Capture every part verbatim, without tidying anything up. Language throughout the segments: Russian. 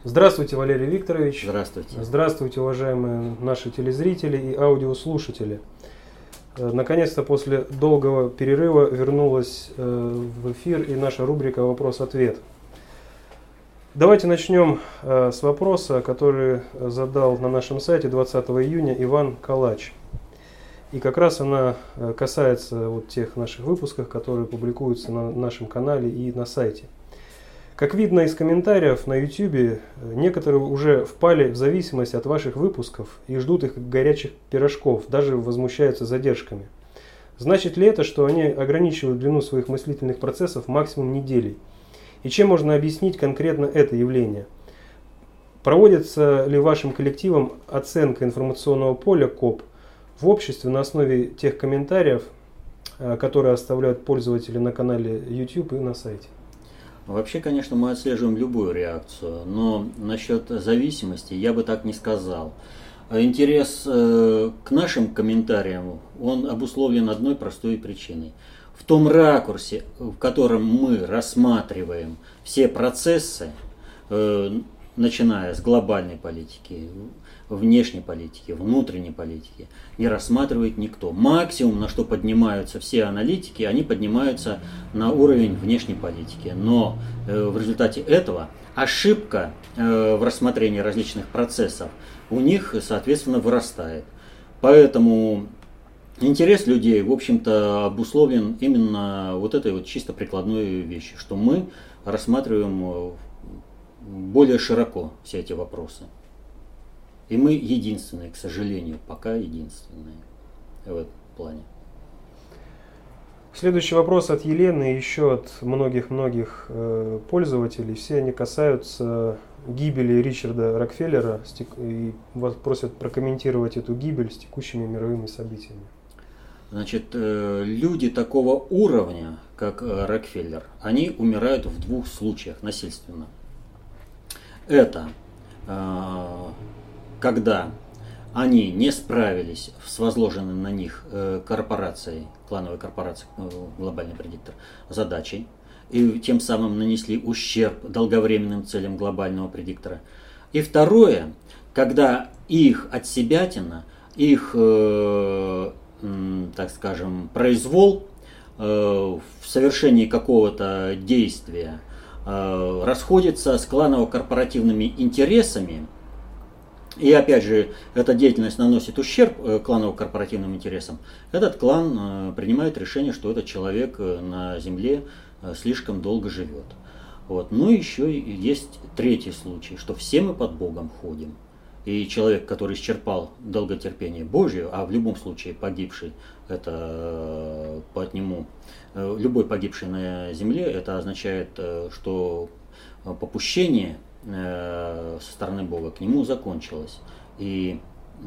Здравствуйте, Валерий Викторович. Здравствуйте. Здравствуйте, уважаемые наши телезрители и аудиослушатели. Наконец-то после долгого перерыва вернулась в эфир и наша рубрика «Вопрос-ответ». Давайте начнем с вопроса, который задал на нашем сайте двадцатого июня Иван Калач. И как раз она касается вот тех наших выпусков, которые публикуются на нашем канале и на сайте. Как видно из комментариев на YouTube, некоторые уже впали в зависимость от ваших выпусков и ждут их как горячих пирожков, даже возмущаются задержками. Значит ли это, что они ограничивают длину своих мыслительных процессов максимум неделей? И чем можно объяснить конкретно это явление? Проводится ли вашим коллективом оценка информационного поля КОП в обществе на основе тех комментариев, которые оставляют пользователи на канале YouTube и на сайте? Вообще, конечно, мы отслеживаем любую реакцию, но насчет зависимости я бы так не сказал. Интерес э, к нашим комментариям, он обусловлен одной простой причиной. В том ракурсе, в котором мы рассматриваем все процессы, э, начиная с глобальной политики, внешней политики, внутренней политики, не рассматривает никто. Максимум, на что поднимаются все аналитики, они поднимаются на уровень внешней политики. Но э, в результате этого ошибка э, в рассмотрении различных процессов у них, соответственно, вырастает. Поэтому интерес людей, в общем-то, обусловлен именно вот этой вот чисто прикладной вещью, что мы рассматриваем более широко все эти вопросы. И мы единственные, к сожалению, пока единственные в этом плане. Следующий вопрос от Елены и еще от многих-многих э, пользователей. Все они касаются гибели Ричарда Рокфеллера и вас просят прокомментировать эту гибель с текущими мировыми событиями. Значит, э, люди такого уровня, как э, Рокфеллер, они умирают в двух случаях насильственно. Это э, когда они не справились с возложенной на них корпорацией, клановой корпорацией «Глобальный предиктор» задачей, и тем самым нанесли ущерб долговременным целям глобального предиктора. И второе, когда их отсебятина, их, э, так скажем, произвол э, в совершении какого-то действия э, расходится с кланово-корпоративными интересами. И опять же, эта деятельность наносит ущерб э, кланово-корпоративным интересам. Этот клан э, принимает решение, что этот человек э, на земле э, слишком долго живет. Вот. Ну и еще есть третий случай, что все мы под Богом ходим. И человек, который исчерпал долготерпение Божие, а в любом случае погибший, это э, по нему, э, любой погибший на земле, это означает, э, что попущение со стороны Бога к нему закончилось, и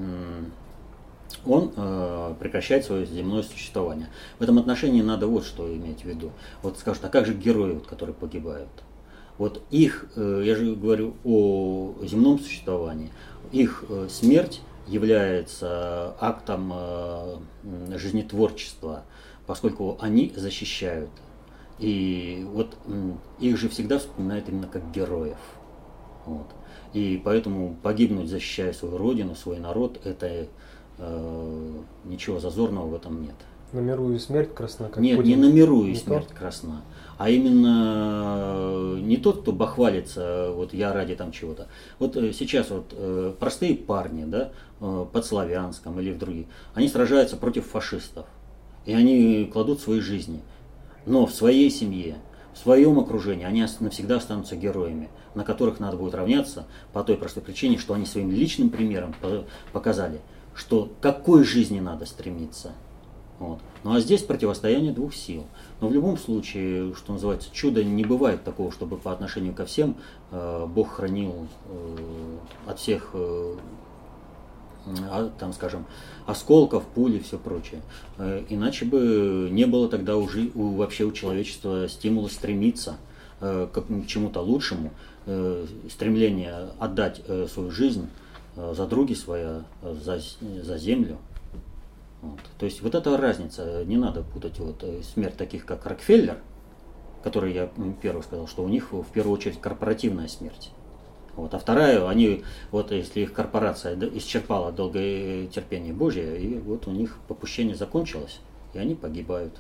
он прекращает свое земное существование. В этом отношении надо вот что иметь в виду. Вот скажут, а как же герои, вот, которые погибают? Вот их, я же говорю о земном существовании, их смерть является актом жизнетворчества, поскольку они защищают. И вот их же всегда вспоминают именно как героев. Вот. И поэтому погибнуть, защищая свою родину, свой народ, это э, ничего зазорного в этом нет. На миру и смерть красна, как Нет, Путин. не на миру и не смерть то? красна, а именно не тот, кто бахвалится, вот я ради там чего-то. Вот сейчас вот э, простые парни, да, э, под Славянском или в других, они сражаются против фашистов, и они кладут свои жизни, но в своей семье, в своем окружении они навсегда останутся героями, на которых надо будет равняться по той простой причине, что они своим личным примером показали, что к какой жизни надо стремиться. Вот. Ну а здесь противостояние двух сил. Но в любом случае, что называется, чудо не бывает такого, чтобы по отношению ко всем э, Бог хранил э, от всех, э, там, скажем, осколков, пули и все прочее. Э, иначе бы не было тогда уже у, вообще у человечества стимула стремиться э, к чему-то лучшему, э, стремление отдать э, свою жизнь э, за други свои, э, за, за землю. Вот. То есть вот эта разница, не надо путать вот смерть таких, как Рокфеллер, который я первый сказал, что у них в первую очередь корпоративная смерть. Вот. А вторая, они, вот если их корпорация исчерпала долгое терпение Божье, и вот у них попущение закончилось, и они погибают.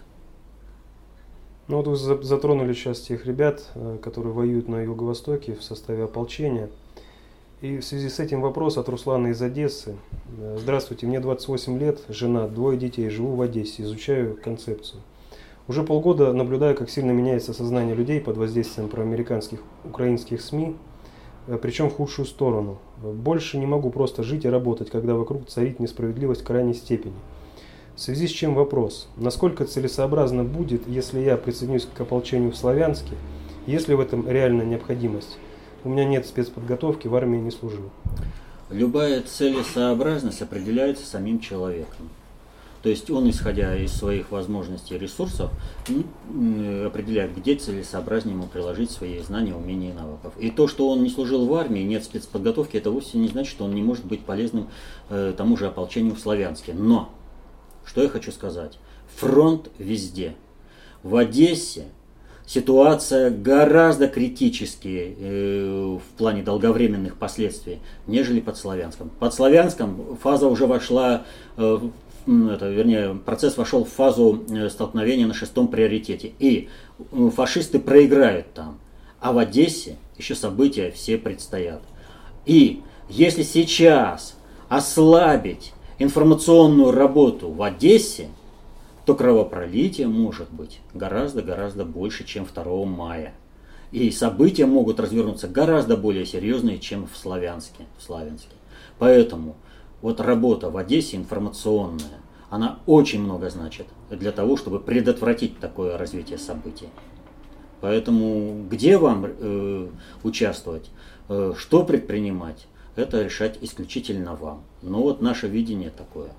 Ну вот вы затронули сейчас тех ребят, которые воюют на Юго-Востоке в составе ополчения. И в связи с этим вопрос от Руслана из Одессы. Здравствуйте, мне двадцать восемь лет, жена, двое детей, живу в Одессе, изучаю концепцию. Уже полгода наблюдаю, как сильно меняется сознание людей под воздействием проамериканских украинских СМИ, причем в худшую сторону. Больше не могу просто жить и работать, когда вокруг царит несправедливость в крайней степени. В связи с чем вопрос, насколько целесообразно будет, если я присоединюсь к ополчению в Славянске, есть ли в этом реальная необходимость? У меня нет спецподготовки, в армии не служил. Любая целесообразность определяется самим человеком. То есть он, исходя из своих возможностей и ресурсов, определяет, где целесообразнее ему приложить свои знания, умения и навыков. И то, что он не служил в армии, нет спецподготовки, это вовсе не значит, что он не может быть полезным э, тому же ополчению в Славянске. Но, что я хочу сказать, фронт везде. В Одессе ситуация гораздо критически э, в плане долговременных последствий, нежели под Славянском. Под Славянском фаза уже вошла э, Это, вернее, процесс вошел в фазу столкновения на шестом приоритете. И фашисты проиграют там. А в Одессе еще события все предстоят. И если сейчас ослабить информационную работу в Одессе, то кровопролитие может быть гораздо-гораздо больше, чем второго мая. И события могут развернуться гораздо более серьезные, чем в Славянске. В Славянске. Поэтому вот работа в Одессе информационная, она очень много значит для того, чтобы предотвратить такое развитие событий. Поэтому где вам э, участвовать, э, что предпринимать, это решать исключительно вам. Но вот наше видение такое.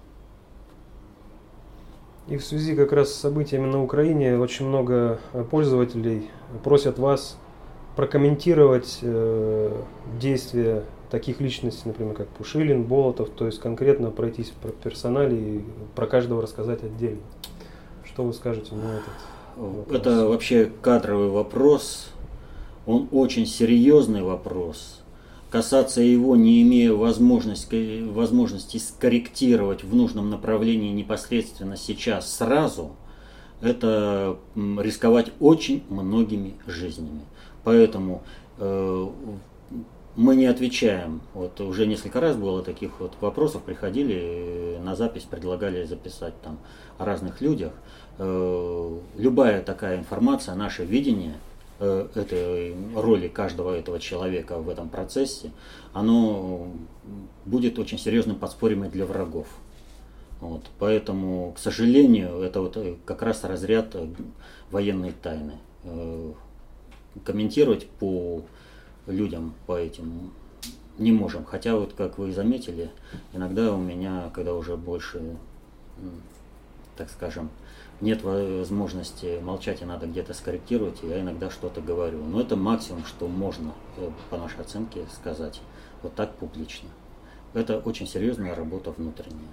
И в связи как раз с событиями на Украине очень много пользователей просят вас прокомментировать э, действия таких личностей, например, как Пушилин, Болотов, то есть конкретно пройтись по персонале и про каждого рассказать отдельно. Что вы скажете на этот вопрос? Это вообще кадровый вопрос, он очень серьезный вопрос. Касаться его, не имея возможности, возможности скорректировать в нужном направлении непосредственно сейчас, сразу, это рисковать очень многими жизнями. Поэтому э, мы не отвечаем. Вот уже несколько раз было таких вот вопросов, приходили на запись, предлагали записать там о разных людях. Э, любая такая информация, наше видение э, этой роли каждого этого человека в этом процессе, оно будет очень серьезным подспорьем и для врагов. Вот. Поэтому, к сожалению, это вот как раз разряд военной тайны. Э, комментировать по людям, по этим не можем. Хотя, вот как вы заметили, иногда у меня, когда уже больше, так скажем, нет возможности молчать и надо где-то скорректировать, я иногда что-то говорю. Но это максимум, что можно, по нашей оценке, сказать вот так публично. Это очень серьезная работа внутренняя.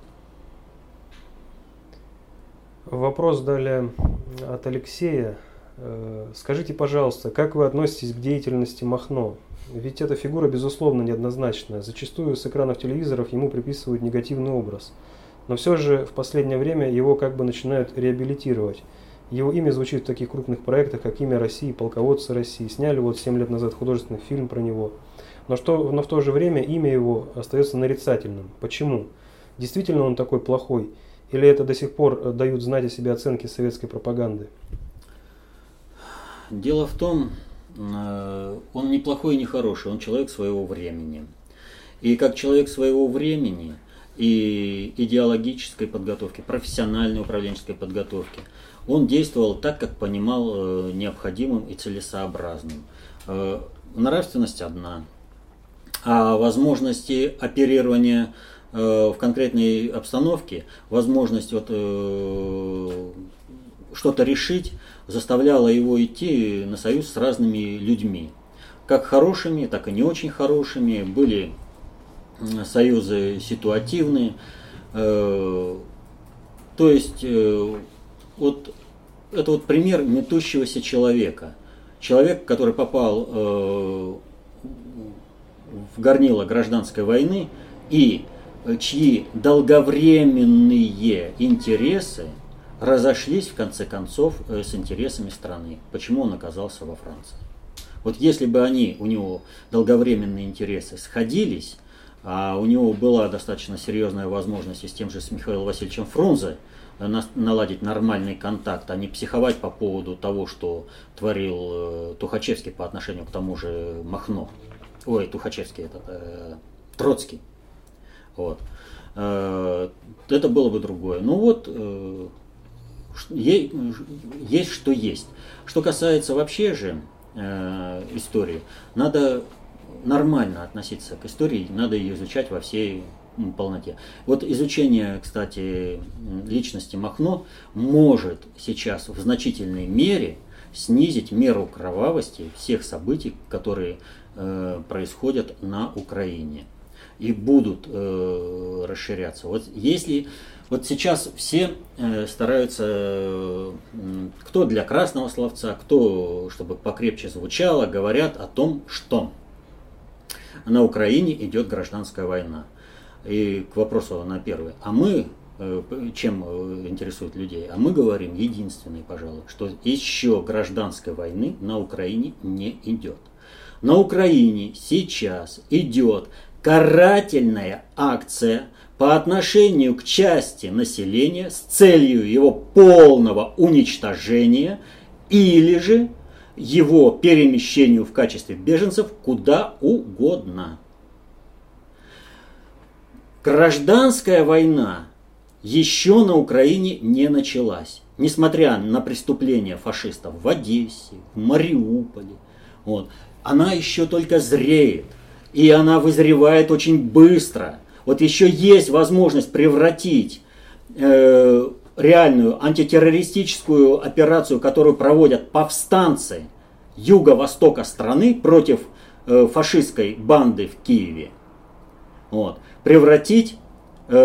Вопрос далее от Алексея. Скажите, пожалуйста, как вы относитесь к деятельности Махно? Ведь эта фигура, безусловно, неоднозначная. Зачастую с экранов телевизоров ему приписывают негативный образ. Но все же в последнее время его как бы начинают реабилитировать. Его имя звучит в таких крупных проектах, как «Имя России», «Полководцы России». Сняли вот семь лет назад художественный фильм про него. Но, что, но в то же время имя его остается нарицательным. Почему? Действительно он такой плохой? Или это до сих пор дают знать о себе оценки советской пропаганды? Дело в том, он не плохой и не хороший, он человек своего времени. И как человек своего времени и идеологической подготовки, профессиональной управленческой подготовки, он действовал так, как понимал необходимым и целесообразным. Нравственность одна, а возможности оперирования в конкретной обстановке, возможность вот, что-то решить, заставляло его идти на союз с разными людьми. Как хорошими, так и не очень хорошими. Были союзы ситуативные. То есть, вот это вот пример метущегося человека. Человек, который попал в горнило гражданской войны и чьи долговременные интересы разошлись в конце концов с интересами страны. Почему он оказался во Франции? Вот если бы они, у него долговременные интересы сходились, а у него была достаточно серьезная возможность с тем же с Михаилом Васильевичем Фрунзе наладить нормальный контакт, а не психовать по поводу того, что творил Тухачевский по отношению к тому же Махно. Ой, Тухачевский, это э, Троцкий. Вот. Э, это было бы другое. Ну вот, э, е, есть что есть. Что касается вообще же э, истории, надо нормально относиться к истории, надо ее изучать во всей полноте. Вот изучение, кстати, личности Махно может сейчас в значительной мере снизить меру кровавости всех событий, которые э, происходят на Украине и будут э, расширяться. Вот если вот сейчас все э, стараются, э, кто для красного словца, кто, чтобы покрепче звучало, говорят о том, что на Украине идет гражданская война. И к вопросу на первый. А мы, чем интересует людей? А мы говорим единственное, пожалуй, что еще гражданской войны на Украине не идет. На Украине сейчас идет карательная акция по отношению к части населения с целью его полного уничтожения или же его перемещению в качестве беженцев куда угодно. Гражданская война еще на Украине не началась, несмотря на преступления фашистов в Одессе, в Мариуполе. Вот. Она еще только зреет, и она вызревает очень быстро. Вот еще есть возможность превратить э, реальную антитеррористическую операцию, которую проводят повстанцы юго-востока страны против э, фашистской банды в Киеве. Вот. Превратить э,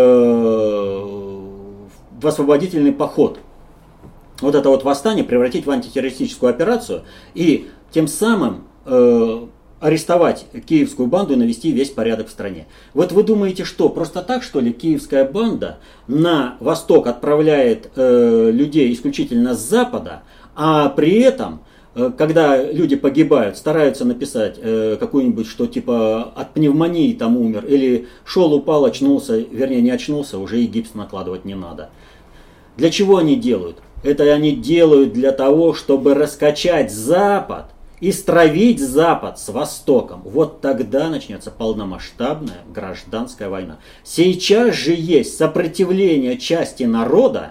в освободительный поход. Вот это вот восстание превратить в антитеррористическую операцию и тем самым э, арестовать киевскую банду и навести весь порядок в стране. Вот вы думаете, что просто так, что ли, киевская банда на восток отправляет э, людей исключительно с запада, а при этом когда люди погибают, стараются написать э, какую-нибудь, что типа от пневмонии там умер, или шел, упал, очнулся, вернее не очнулся, уже и гипс накладывать не надо. Для чего они делают? Это они делают для того, чтобы раскачать Запад и стравить Запад с Востоком. Вот тогда начнется полномасштабная гражданская война. Сейчас же есть сопротивление части народа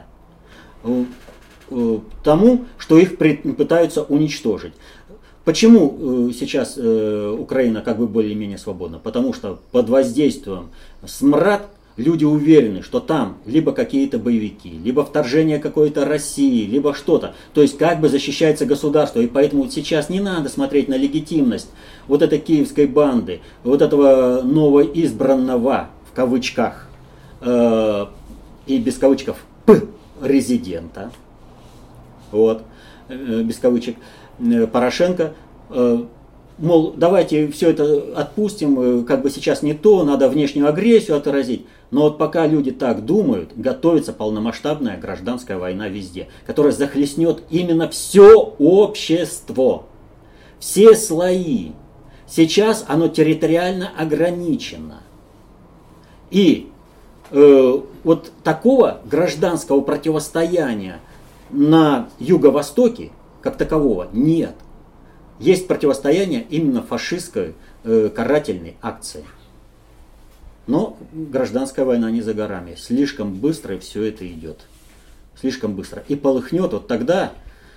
тому, что их пытаются уничтожить. Почему сейчас Украина как бы более-менее свободна? Потому что под воздействием смрад люди уверены, что там либо какие-то боевики, либо вторжение какой-то России, либо что-то. То есть как бы защищается государство. И поэтому сейчас не надо смотреть на легитимность вот этой киевской банды, вот этого новоизбранного, в кавычках, э, и без кавычков, п, резидента. Вот, без кавычек, Порошенко, мол, давайте все это отпустим, как бы сейчас не то, надо внешнюю агрессию отразить. Но вот пока люди так думают, готовится полномасштабная гражданская война везде, которая захлестнет именно все общество, все слои. Сейчас оно территориально ограничено. И э, вот такого гражданского противостояния на юго-востоке, как такового, нет. Есть противостояние именно фашистской э, карательной акции. Но гражданская война не за горами. Слишком быстро все это идет. Слишком быстро. И полыхнет вот тогда,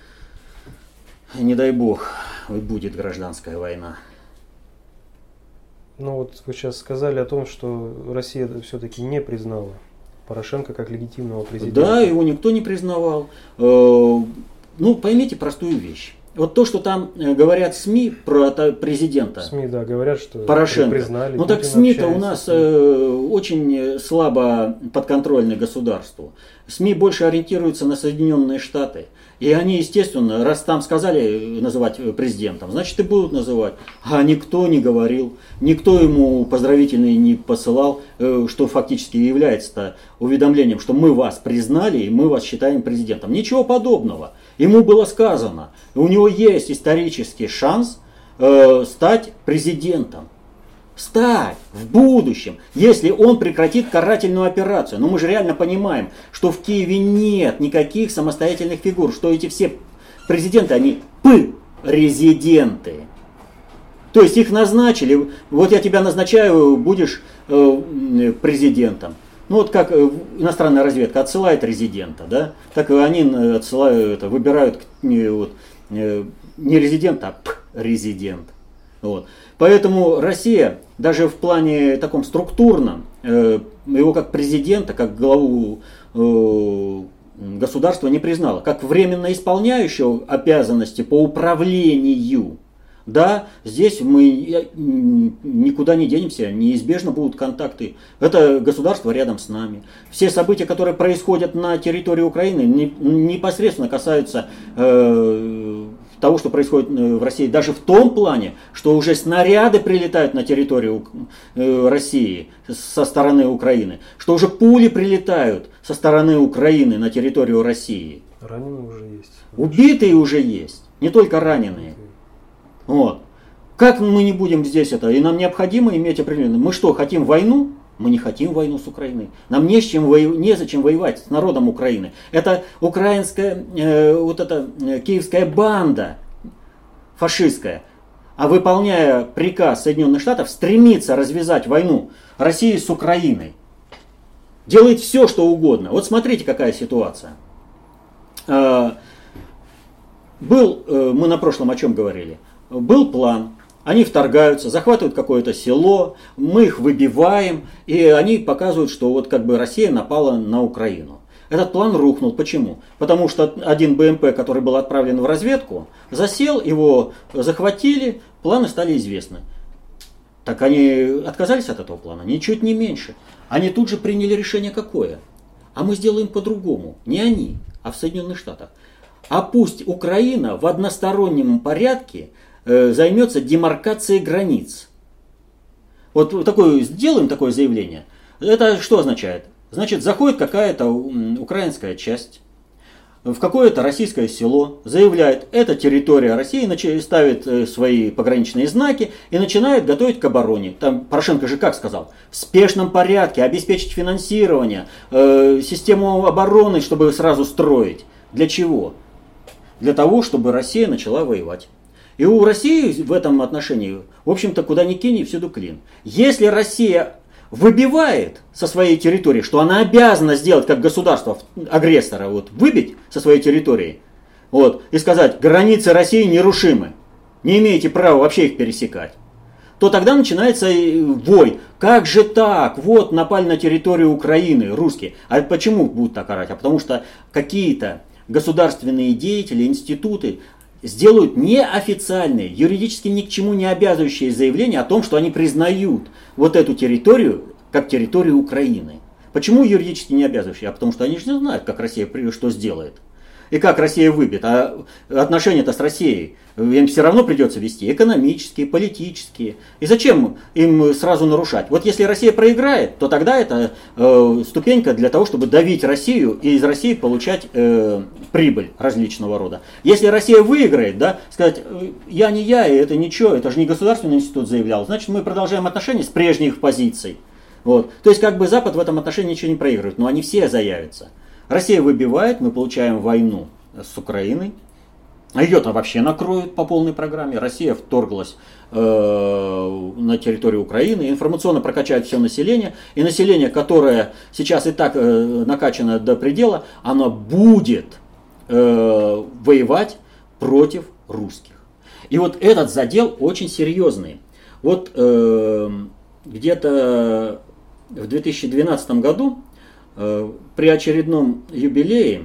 не дай бог, будет гражданская война. Ну вот вы сейчас сказали о том, что Россия все-таки не признала Порошенко как легитимного президента. Да, его никто не признавал. Ну, поймите простую вещь. Вот то, что там говорят СМИ про президента. СМИ, да, говорят, что Порошенко признали. Ну так СМИ-то у нас э, очень слабо подконтрольны государству. СМИ больше ориентируются на Соединенные Штаты. И они, естественно, раз там сказали называть президентом, значит и будут называть. А никто не говорил, никто ему поздравительные не посылал, что фактически является уведомлением, что мы вас признали и мы вас считаем президентом. Ничего подобного. Ему было сказано, у него есть исторический шанс э, стать президентом. Стать в будущем, если он прекратит карательную операцию. Но мы же реально понимаем, что в Киеве нет никаких самостоятельных фигур, что эти все президенты, они п-резиденты. То есть их назначили, вот я тебя назначаю, будешь э, президентом. Ну вот как иностранная разведка отсылает резидента, да, так и они отсылают, это, выбирают вот, не резидент, а п-резидент. Вот. Поэтому Россия даже в плане таком структурном, э, его как президента, как главу э, государства не признала, как временно исполняющего обязанности по управлению. Да, здесь мы никуда не денемся, неизбежно будут контакты. Это государство рядом с нами. Все события, которые происходят на территории Украины, непосредственно касаются э, того, что происходит в России, даже в том плане, что уже снаряды прилетают на территорию России со стороны Украины, что уже пули прилетают со стороны Украины на территорию России. Раненые уже есть. Убитые уже есть, не только раненые. Вот. Как мы не будем здесь это? И нам необходимо иметь определенное. Мы что, хотим войну? Мы не хотим войну с Украиной. Нам не с чем воев... незачем воевать с народом Украины. Это украинская, э, вот эта э, киевская банда фашистская, а выполняя приказ Соединенных Штатов, стремится развязать войну России с Украиной. Делает все, что угодно. Вот смотрите, какая ситуация. Э, был, э, мы на прошлом о чем говорили? Был план. Они вторгаются, захватывают какое-то село, мы их выбиваем, и они показывают, что вот как бы Россия напала на Украину. Этот план рухнул. Почему? Потому что один БМП, который был отправлен в разведку, засел, его захватили, планы стали известны. Так они отказались от этого плана? Ничуть не меньше. Они тут же приняли решение какое? А мы сделаем по-другому. Не они, а в Соединенных Штатах. А пусть Украина в одностороннем порядке займется демаркацией границ. Вот такое, сделаем такое заявление. Это что означает? Значит, заходит какая-то украинская часть в какое-то российское село, заявляет, это территория России, ставит свои пограничные знаки и начинает готовить к обороне. Там Порошенко же как сказал? В спешном порядке обеспечить финансирование, э, систему обороны, чтобы сразу строить. Для чего? Для того, чтобы Россия начала воевать. И у России в этом отношении, в общем-то, куда ни кинь, всюду клин. Если Россия выбивает со своей территории, что она обязана сделать как государство агрессора, вот, выбить со своей территории, вот, и сказать, границы России нерушимы, не имеете права вообще их пересекать, то тогда начинается вой. Как же так? Вот напали на территорию Украины русские. А почему будут так орать? А потому что какие-то государственные деятели, институты сделают неофициальные, юридически ни к чему не обязывающие заявления о том, что они признают вот эту территорию как территорию Украины. Почему юридически не обязывающие? А потому что они же не знают, как Россия что сделает. И как Россия выбьет. А отношения-то с Россией им все равно придется вести. Экономические, политические. И зачем им сразу нарушать? Вот если Россия проиграет, то тогда это э, ступенька для того, чтобы давить Россию и из России получать э, прибыль различного рода. Если Россия выиграет, да, сказать, я не я, и это ничего, это же не государственный институт заявлял, значит мы продолжаем отношения с прежних позиций. Вот. То есть как бы Запад в этом отношении ничего не проигрывает, но они все заявятся. Россия выбивает, мы получаем войну с Украиной. Ее-то вообще накроют по полной программе. Россия вторглась э, на территорию Украины, информационно прокачает все население. И население, которое сейчас и так э, накачано до предела, оно будет э, воевать против русских. И вот этот задел очень серьезный. Вот э, где-то в две тысячи двенадцатом году при очередном юбилее,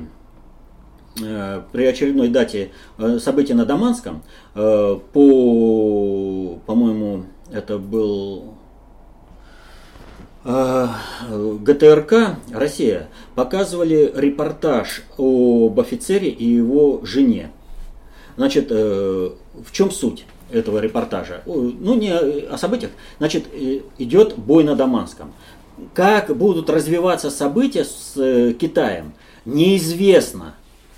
при очередной дате событий на Даманском, по, по-моему, это был ГТРК «Россия» показывали репортаж об офицере и его жене. Значит, в чем суть этого репортажа? Ну, не о событиях. Значит, идет бой на Даманском. Как будут развиваться события с Китаем, неизвестно.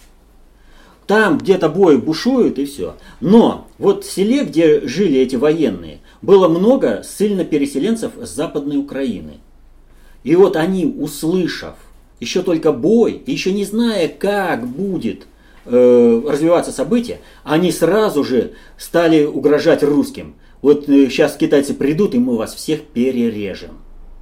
Там где-то бой бушует и все. Но вот в селе, где жили эти военные, было много ссыльно-переселенцев с Западной Украины. И вот они, услышав еще только бой, еще не зная, как будет э, развиваться событие, они сразу же стали угрожать русским. Вот э, сейчас китайцы придут, и мы вас всех перережем.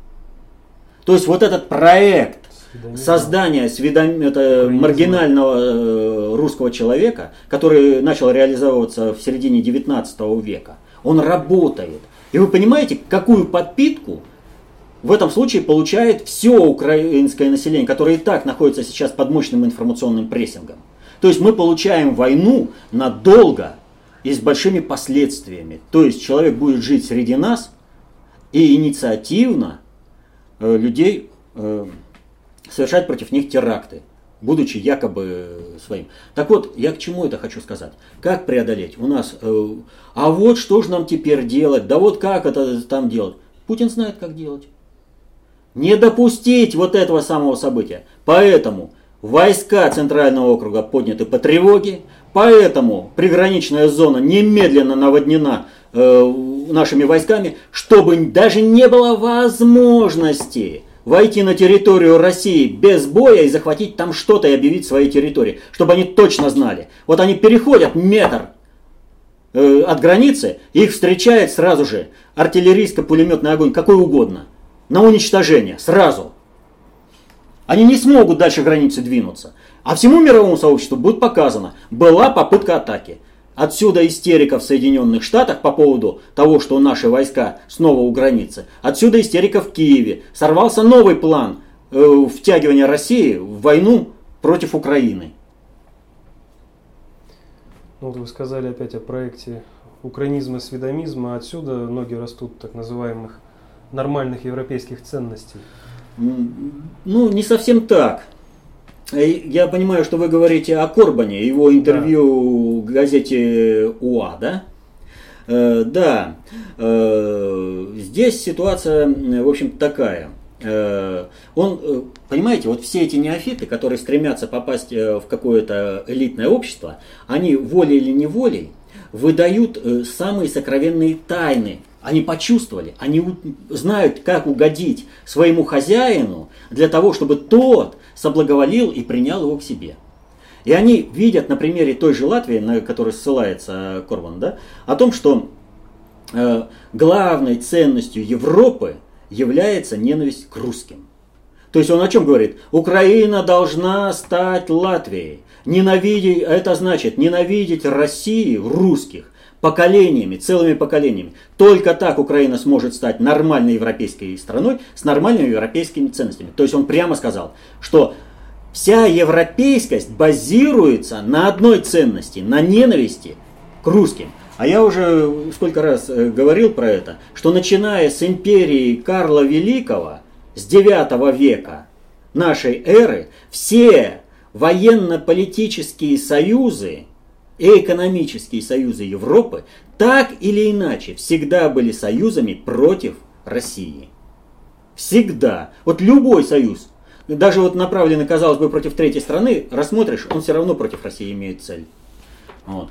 То есть вот этот проект создания сведом... это, маргинального э, русского человека, который начал реализовываться в середине девятнадцатого века, он работает. И вы понимаете, какую подпитку в этом случае получает все украинское население, которое и так находится сейчас под мощным информационным прессингом. То есть мы получаем войну надолго и с большими последствиями. То есть человек будет жить среди нас и инициативно э, людей э, совершать против них теракты, будучи якобы своим. Так вот, я к чему это хочу сказать? Как преодолеть? У нас, э, а вот что же нам теперь делать? Да вот как это там делать? Путин знает, как делать. Не допустить вот этого самого события. Поэтому войска Центрального округа подняты по тревоге, поэтому приграничная зона немедленно наводнена э, нашими войсками, чтобы даже не было возможности войти на территорию России без боя и захватить там что-то и объявить своей территории, чтобы они точно знали. Вот они переходят метр э, от границы, их встречает сразу же артиллерийско-пулеметный огонь, какой угодно, на уничтожение, сразу. Они не смогут дальше границы двинуться. А всему мировому сообществу будет показано, была попытка атаки. Отсюда истерика в Соединенных Штатах по поводу того, что наши войска снова у границы. Отсюда истерика в Киеве. Сорвался новый план э, втягивания России в войну против Украины. Ну, вот вы сказали опять о проекте украинизма, сведомизма. Отсюда ноги растут так называемых нормальных европейских ценностей. Ну, не совсем так. Я понимаю, что вы говорите о Корбане, его интервью да. в газете УА, да? Э, да. Э, здесь ситуация, в общем, такая. Э, он, понимаете, вот все эти неофиты, которые стремятся попасть в какое-то элитное общество, они волей или неволей выдают самые сокровенные тайны. Они почувствовали, они знают, как угодить своему хозяину для того, чтобы тот соблаговолил и принял его к себе. И они видят на примере той же Латвии, на которую ссылается Корбан, да, о том, что э, главной ценностью Европы является ненависть к русским. То есть он о чем говорит? Украина должна стать Латвией. Ненавидеть, это значит ненавидеть Россию, русских, поколениями, целыми поколениями. Только так Украина сможет стать нормальной европейской страной с нормальными европейскими ценностями. То есть он прямо сказал, что вся европейскость базируется на одной ценности, на ненависти к русским. А я уже сколько раз говорил про это, что начиная с империи Карла Великого, с девятого века нашей эры, все военно-политические союзы и экономические союзы Европы так или иначе всегда были союзами против России. Всегда. Вот любой союз, даже вот направленный, казалось бы, против третьей страны, рассмотришь, он все равно против России имеет цель. Вот.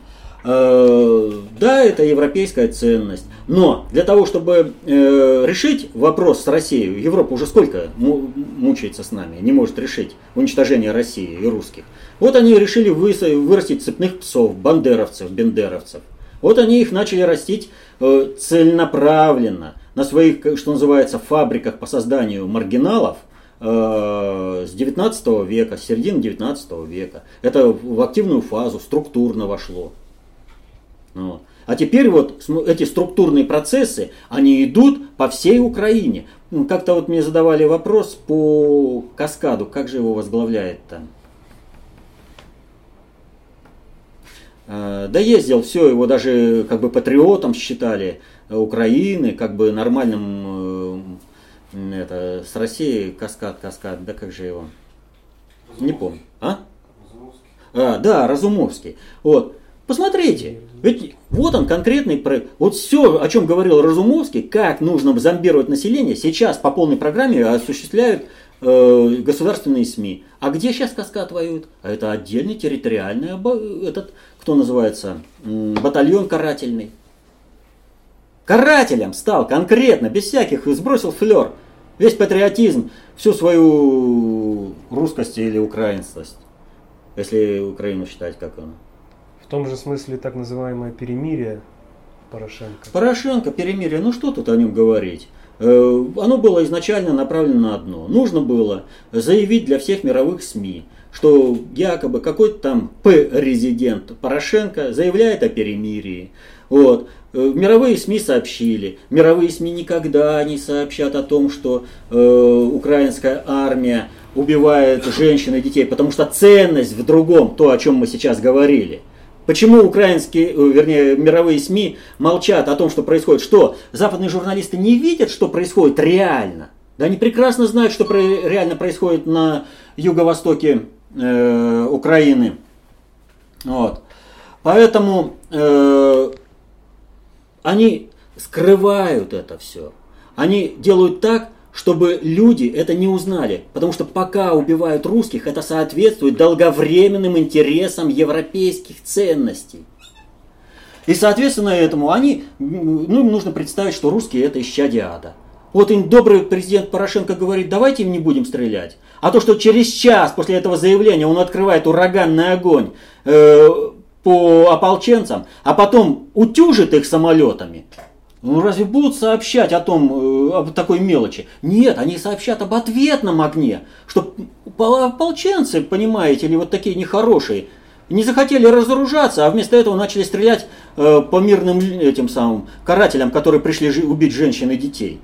Да, это европейская ценность. Но для того, чтобы решить вопрос с Россией, Европа уже сколько мучается с нами, не может решить уничтожение России и русских. Вот они решили вырастить цепных псов, бандеровцев, бендеровцев. Вот они их начали растить целенаправленно на своих, что называется, фабриках по созданию маргиналов с девятнадцатого века, с середины девятнадцатого века. Это в активную фазу структурно вошло. Вот. А теперь вот эти структурные процессы, они идут по всей Украине. Как-то вот мне задавали вопрос по Каскаду, как же его возглавляет-то? Да ездил, все, его даже как бы патриотом считали Украины, как бы нормальным это, с Россией Каскад, Каскад, да как же его? Разумовский. Не помню. А? Разумовский. А, да, Разумовский. Вот. Посмотрите, ведь вот он конкретный проект. Вот все, о чем говорил Разумовский, как нужно зомбировать население, сейчас по полной программе осуществляют э, государственные СМИ. А где сейчас Каскад воюет? А это отдельный территориальный, этот, кто называется, батальон карательный. Карателем стал конкретно, без всяких, сбросил флер, весь патриотизм, всю свою русскость или украинскость, если Украину считать как он. В том же смысле так называемое перемирие Порошенко. Порошенко, перемирие, ну что тут о нем говорить? Оно было изначально направлено на одно. Нужно было заявить для всех мировых СМИ, что якобы какой-то там П-резидент Порошенко заявляет о перемирии. Вот. Мировые СМИ сообщили. Мировые СМИ никогда не сообщат о том, что э, украинская армия убивает женщин и детей, потому что ценность в другом, то, о чем мы сейчас говорили. Почему украинские, вернее, мировые СМИ молчат о том, что происходит? Что, западные журналисты не видят, что происходит реально? Да они прекрасно знают, что про, реально происходит на юго-востоке э, Украины. Вот. Поэтому э, они скрывают это все. Они делают так, чтобы люди это не узнали. Потому что пока убивают русских, это соответствует долговременным интересам европейских ценностей. И соответственно этому они, ну, им нужно представить, что русские это исчадие ада. Вот им добрый президент Порошенко говорит, давайте им не будем стрелять. А то, что через час после этого заявления он открывает ураганный огонь э, по ополченцам, а потом утюжит их самолетами. Ну разве будут сообщать о том, об такой мелочи? Нет, они сообщат об ответном огне, что ополченцы, понимаете ли, вот такие нехорошие, не захотели разоружаться, а вместо этого начали стрелять э, по мирным этим самым карателям, которые пришли жи- убить женщин и детей.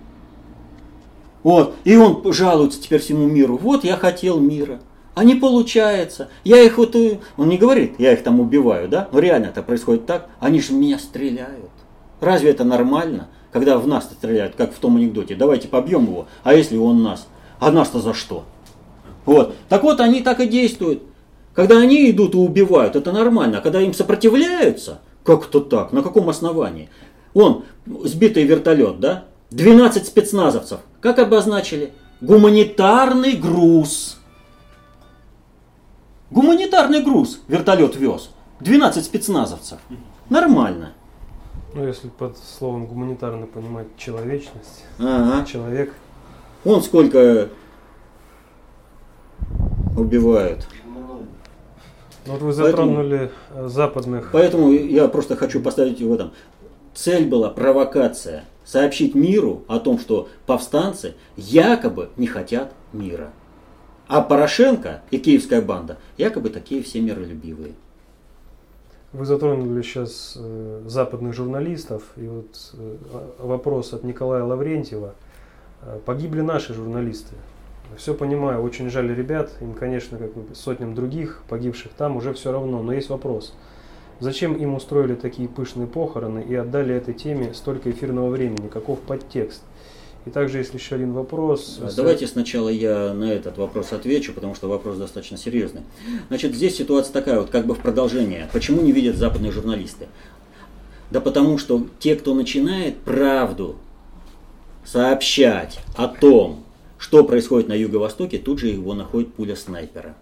Вот, и он жалуется теперь всему миру, вот я хотел мира. А не получается. Я их вот, он не говорит, я их там убиваю, да? Но реально это происходит так, они же в меня стреляют. Разве это нормально, когда в нас стреляют, как в том анекдоте? Давайте побьем его, а если он нас? А нас-то за что? Вот. Так вот, они так и действуют. Когда они идут и убивают, это нормально. А когда им сопротивляются, как это так? На каком основании? Вон, сбитый вертолет, да? двенадцать спецназовцев. Как обозначили? Гуманитарный груз. Гуманитарный груз вертолет вез. двенадцать спецназовцев. Нормально. Ну, если под словом гуманитарно понимать человечность, ага. Человек. Вон сколько убивают. Ну, вот вы затронули поэтому, западных. Поэтому я просто хочу поставить в этом. Цель была провокация. Сообщить миру о том, что повстанцы якобы не хотят мира. А Порошенко и киевская банда якобы такие все миролюбивые. Вы затронули сейчас э, западных журналистов, и вот э, вопрос от Николая Лаврентьева. Э, погибли наши журналисты. Все понимаю, очень жаль ребят, им, конечно, как и сотням других погибших там уже все равно, но есть вопрос. Зачем им устроили такие пышные похороны и отдали этой теме столько эфирного времени? Каков подтекст? И также есть еще один вопрос. Давайте сначала я на этот вопрос отвечу, потому что вопрос достаточно серьезный. Значит, здесь ситуация такая, вот как бы в продолжение. Почему не видят западные журналисты? Да потому что те, кто начинает правду сообщать о том, что происходит на Юго-Востоке, тут же его находит пуля снайпера.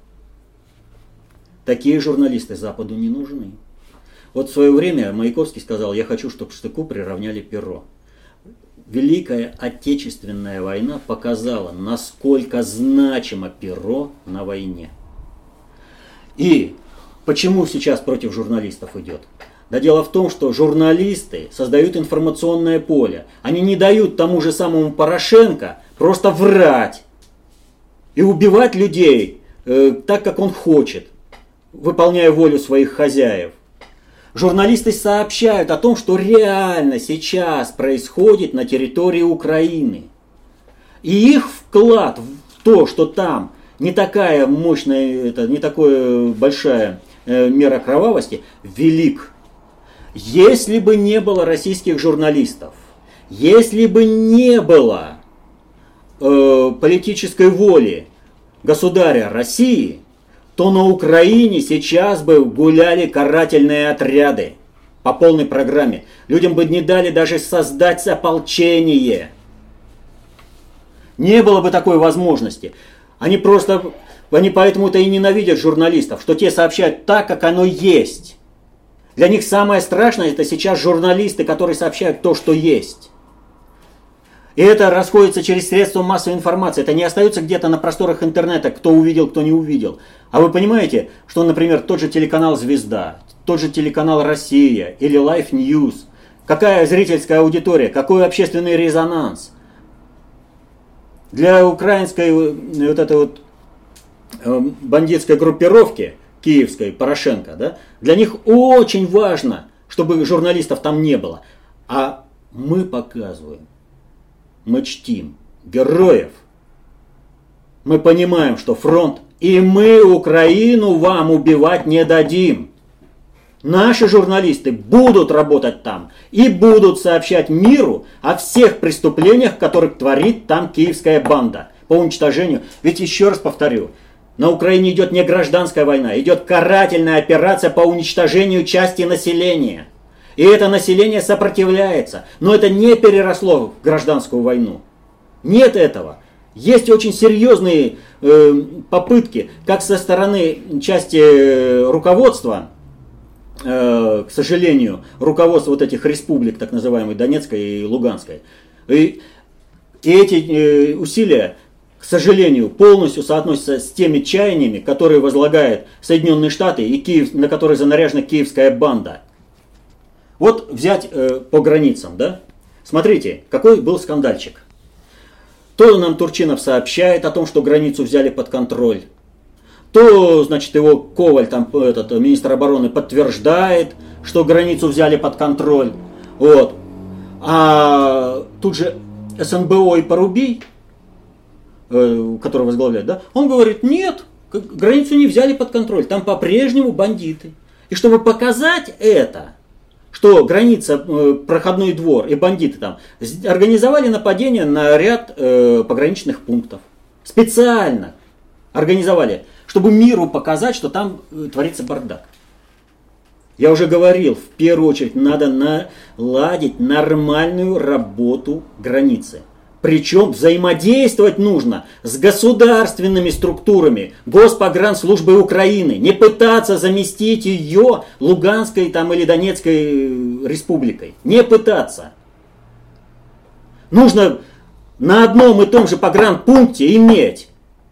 Такие журналисты Западу не нужны. Вот в свое время Маяковский сказал, я хочу, чтобы к штыку приравняли перо. Великая Отечественная война показала, насколько значимо перо на войне. И почему сейчас против журналистов идет? Да дело в том, что журналисты создают информационное поле. Они не дают тому же самому Порошенко просто врать и убивать людей э, так, как он хочет, выполняя волю своих хозяев. Журналисты сообщают о том, что реально сейчас происходит на территории Украины. И их вклад в то, что там не такая мощная, это, не такая большая э, мера кровавости, велик. Если бы не было российских журналистов, если бы не было э, политической воли государя России, то на Украине сейчас бы гуляли карательные отряды по полной программе. Людям бы не дали даже создать ополчение. Не было бы такой возможности. Они просто, они поэтому-то и ненавидят журналистов, что те сообщают так, как оно есть. Для них самое страшное это сейчас журналисты, которые сообщают то, что есть. И это расходится через средства массовой информации. Это не остается где-то на просторах интернета, кто увидел, кто не увидел. А вы понимаете, что, например, тот же телеканал «Звезда», тот же телеканал «Россия» или Life News, какая зрительская аудитория, какой общественный резонанс. Для украинской вот этой вот бандитской группировки, киевской, Порошенко, да, для них очень важно, чтобы журналистов там не было. А мы показываем, мы чтим героев. Мы понимаем, что фронт, и мы Украину вам убивать не дадим. Наши журналисты будут работать там и будут сообщать миру о всех преступлениях, которые творит там киевская банда по уничтожению. Ведь еще раз повторю, на Украине идет не гражданская война, идет карательная операция по уничтожению части населения. И это население сопротивляется. Но это не переросло в гражданскую войну. Нет этого. Есть очень серьезные э, попытки, как со стороны части э, руководства, э, к сожалению, руководства вот этих республик, так называемой Донецкой и Луганской. И, и эти э, усилия, к сожалению, полностью соотносятся с теми чаяниями, которые возлагает Соединенные Штаты и Киев, на которые занаряжена киевская банда. Вот взять э, по границам, да? Смотрите, какой был скандальчик. То нам Турчинов сообщает о том, что границу взяли под контроль. То, значит, его Коваль, там, этот, министр обороны, подтверждает, что границу взяли под контроль. Вот. А тут же СНБО и Порубий, э, который возглавляет, да, он говорит, нет, границу не взяли под контроль, там по-прежнему бандиты. И чтобы показать это, что граница, проходной двор и бандиты там организовали нападение на ряд э, пограничных пунктов. Специально организовали, чтобы миру показать, что там э, творится бардак. Я уже говорил, в первую очередь надо наладить нормальную работу границы. Причем взаимодействовать нужно с государственными структурами, Госпогранслужбой Украины. Не пытаться заместить ее Луганской там, или Донецкой республикой. Не пытаться. Нужно на одном и том же погранпункте иметь,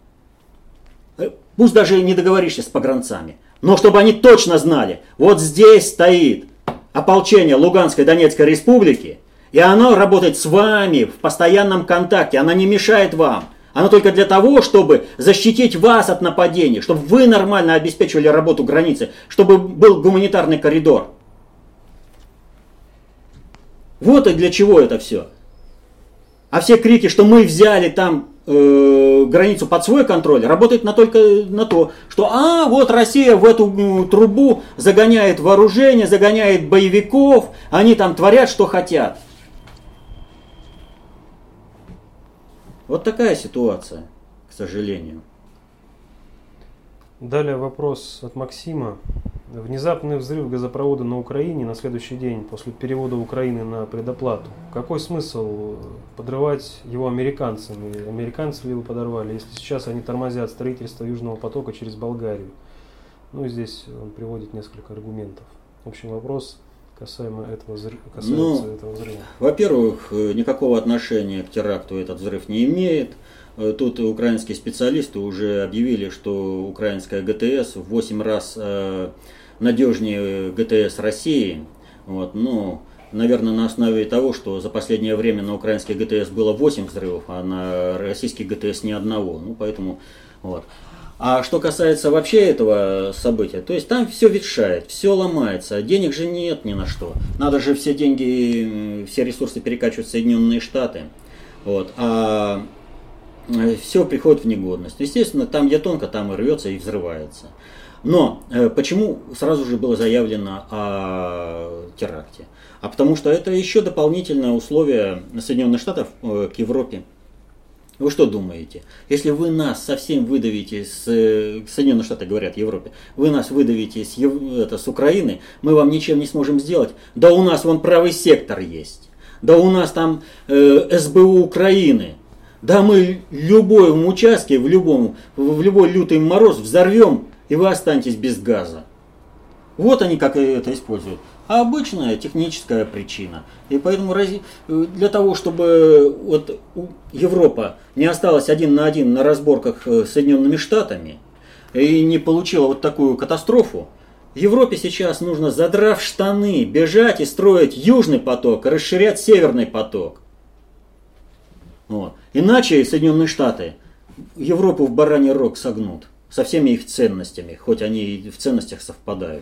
пусть даже не договоришься с погранцами, но чтобы они точно знали, вот здесь стоит ополчение Луганской Донецкой республики, и она работает с вами в постоянном контакте, она не мешает вам. Она только для того, чтобы защитить вас от нападений, чтобы вы нормально обеспечивали работу границы, чтобы был гуманитарный коридор. Вот и для чего это все. А все крики, что мы взяли там э, границу под свой контроль, работают на только на то, что а вот Россия в эту э, трубу загоняет вооружение, загоняет боевиков, они там творят, что хотят. Вот такая ситуация, к сожалению. Далее вопрос от Максима. Внезапный взрыв газопровода на Украине на следующий день после перевода Украины на предоплату. Какой смысл подрывать его американцам? И американцы ли его подорвали, если сейчас они тормозят строительство Южного потока через Болгарию? Ну и здесь он приводит несколько аргументов. В общем, вопрос касаемо этого взрыва. Ну, этого взрыва. Во-первых, никакого отношения к теракту этот взрыв не имеет. Тут украинские специалисты уже объявили, что украинская ГТС в восемь раз э, надежнее ГТС России. Вот, ну, наверное, на основе того, что за последнее время на украинской ГТС было восемь взрывов, а на российских ГТС ни одного. Ну, поэтому, вот. А что касается вообще этого события, то есть там все ветшает, все ломается, денег же нет ни на что. Надо же все деньги, все ресурсы перекачивать в Соединенные Штаты. Вот. А все приходит в негодность. Естественно, там где тонко, там и рвется и взрывается. Но э, почему сразу же было заявлено о теракте? А потому что это еще дополнительное условие Соединенных Штатов э, к Европе. Вы что думаете? Если вы нас совсем выдавите с... Соединенные Штаты говорят Европе, вы нас выдавите с, это, с Украины, мы вам ничем не сможем сделать. Да у нас вон правый сектор есть. Да у нас там э, эс бэ у Украины. Да мы любом участке, в, любом, в любой лютый мороз взорвем, и вы останетесь без газа. Вот они как это используют. А обычная техническая причина. И поэтому для того, чтобы вот Европа не осталась один на один на разборках с Соединенными Штатами и не получила вот такую катастрофу, Европе сейчас нужно, задрав штаны, бежать и строить Южный поток, расширять Северный поток. Вот. Иначе Соединенные Штаты Европу в бараний рог согнут со всеми их ценностями, хоть они и в ценностях совпадают.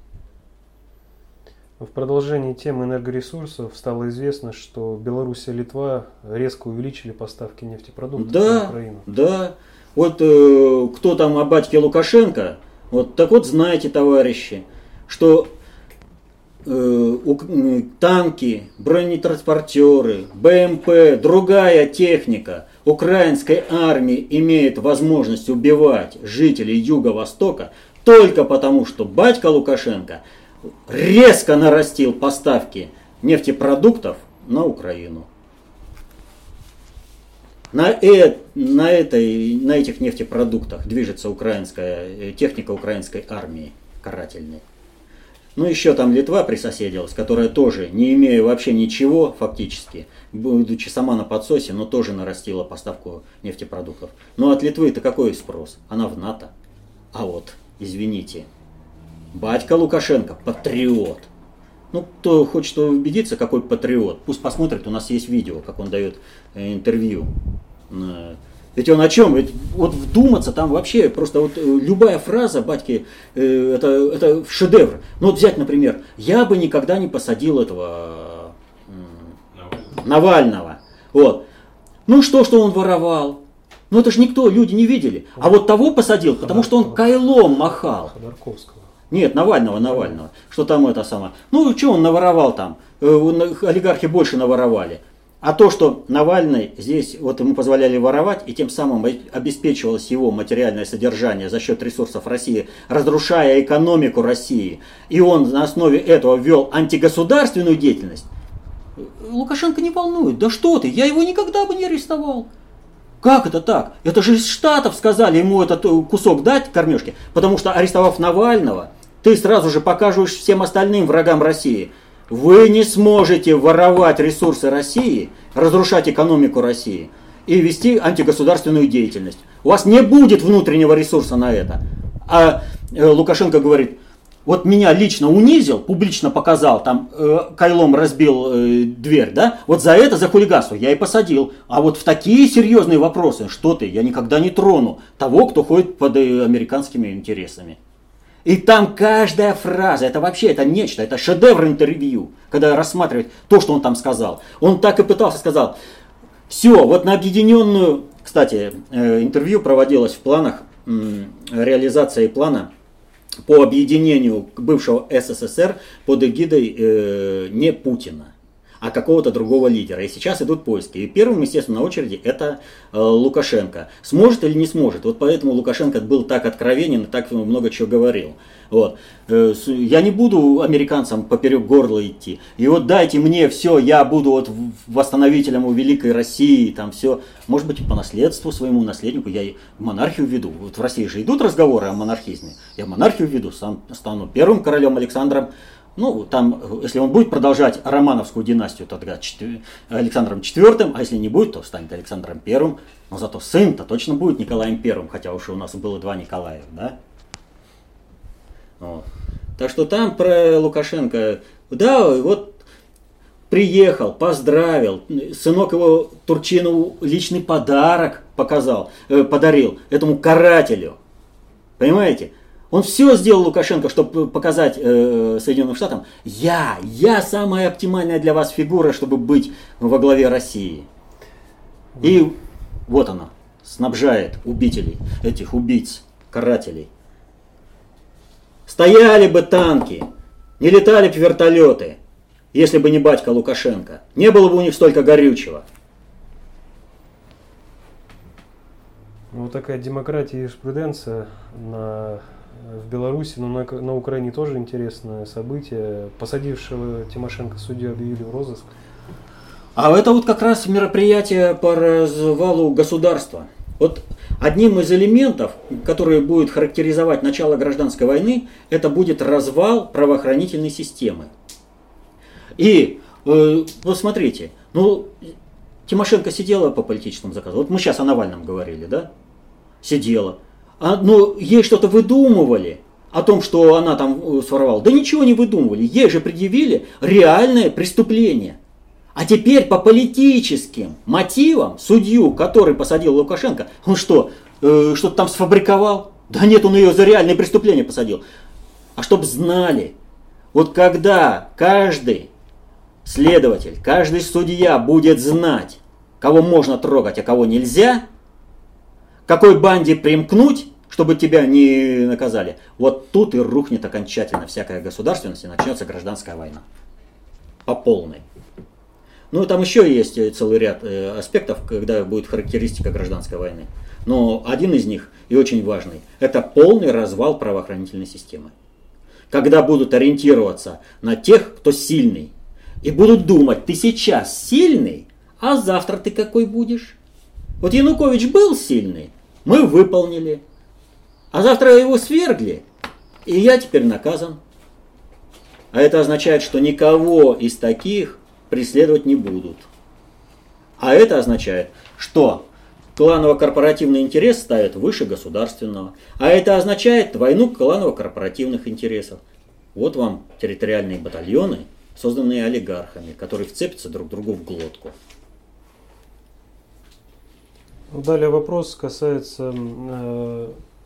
В продолжении темы энергоресурсов стало известно, что Беларусь и Литва резко увеличили поставки нефтепродуктов да, на Украину. Да, вот э, кто там о батьке Лукашенко, вот так вот знаете, товарищи, что э, у, танки, бронетранспортеры, бэ эм пэ, другая техника украинской армии имеет возможность убивать жителей Юго-Востока только потому, что батька Лукашенко резко нарастил поставки нефтепродуктов на Украину. На, э, на, этой, на этих нефтепродуктах движется украинская техника украинской армии карательной. Ну еще там Литва присоседилась, которая тоже, не имея вообще ничего фактически, будучи сама на подсосе, но тоже нарастила поставку нефтепродуктов. Но от Литвы-то какой спрос? Она в НАТО. А вот, извините, батька Лукашенко патриот. Ну, кто хочет убедиться, какой патриот, пусть посмотрит, у нас есть видео, как он дает интервью. Ведь он о чем? Ведь вот вдуматься, там вообще просто вот любая фраза батьки, это, это шедевр. Ну вот взять, например, я бы никогда не посадил этого Навального. Навального. Вот. Ну что, что он воровал? Ну это же никто, люди не видели. А вот того посадил, потому что он кайлом махал. Ходорковского. Нет, Навального, Навального. Что там это самое? Ну, что он наворовал там? Олигархи больше наворовали. А то, что Навальный здесь, вот ему позволяли воровать, и тем самым обеспечивалось его материальное содержание за счет ресурсов России, разрушая экономику России, и он на основе этого вел антигосударственную деятельность, Лукашенко не волнует. Да что ты, я его никогда бы не арестовал. Как это так? Это же из Штатов сказали ему этот кусок дать кормежки, потому что арестовав Навального, ты сразу же покажешь всем остальным врагам России: вы не сможете воровать ресурсы России, разрушать экономику России и вести антигосударственную деятельность. У вас не будет внутреннего ресурса на это. А Лукашенко говорит: вот меня лично унизил, публично показал, там э, кайлом разбил э, дверь, да, вот за это, за хулиганство я и посадил. А вот в такие серьезные вопросы, что ты, я никогда не трону того, кто ходит под э, американскими интересами. И там каждая фраза, это вообще, это нечто, это шедевр интервью, когда рассматривает то, что он там сказал. Он так и пытался, сказал, все, вот на объединенную, кстати, э, интервью проводилось в планах, э, реализации плана по объединению бывшего эс эс эс эр под эгидой э, не Путина, а какого-то другого лидера. И сейчас идут поиски. И первым, естественно, на очереди это э, Лукашенко. Сможет или не сможет? Вот поэтому Лукашенко был так откровенен и так много чего говорил. Вот. Э, я не буду американцам поперек горла идти. И вот дайте мне все, я буду вот восстановителем у великой России, там все. Может быть, по наследству своему наследнику я и монархию веду. Вот в России же идут разговоры о монархизме. Я монархию веду, сам стану первым королем Александром. Ну, там, если он будет продолжать Романовскую династию, тогда Александром четвёртым, а если не будет, то станет Александром первым. Но зато сын-то точно будет Николаем первым, хотя уж у нас было два Николаев, да? Вот. Так что там про Лукашенко, да, вот приехал, поздравил, сынок его Турчинову личный подарок показал, э, подарил этому карателю, понимаете? Он все сделал, Лукашенко, чтобы показать э, Соединенным Штатам: я, я самая оптимальная для вас фигура, чтобы быть во главе России. И вот она, снабжает убителей, этих убийц, карателей. Стояли бы танки, не летали бы вертолеты, если бы не батька Лукашенко. Не было бы у них столько горючего. Вот такая демократия и юриспруденция на, в Беларуси, но на, на Украине тоже интересное событие. Посадившего Тимошенко судью объявили в розыск. А это вот как раз мероприятие по развалу государства. Вот одним из элементов, который будет характеризовать начало гражданской войны, это будет развал правоохранительной системы. И э, вот смотрите, ну, Тимошенко сидела по политическому заказу. Вот мы сейчас о Навальном говорили, да? Сидела. А, но ей что-то выдумывали о том, что она там своровала. Да ничего не выдумывали. Ей же предъявили реальное преступление. А теперь по политическим мотивам судью, который посадил Лукашенко, он что, э, что-то там сфабриковал? Да нет, он ее за реальное преступление посадил. А чтоб знали, вот когда каждый следователь, каждый судья будет знать, кого можно трогать, а кого нельзя, какой банде примкнуть, чтобы тебя не наказали, вот тут и рухнет окончательно всякая государственность и начнется гражданская война. По полной. Ну, там еще есть целый ряд аспектов, когда будет характеристика гражданской войны. Но один из них, и очень важный, это полный развал правоохранительной системы. Когда будут ориентироваться на тех, кто сильный, и будут думать, ты сейчас сильный, а завтра ты какой будешь? Вот Янукович был сильный, мы выполнили. А завтра его свергли, и я теперь наказан. А это означает, что никого из таких преследовать не будут. А это означает, что кланово-корпоративный интерес ставят выше государственного. А это означает войну кланово-корпоративных интересов. Вот вам территориальные батальоны, созданные олигархами, которые вцепятся друг другу в глотку. Далее вопрос касается э,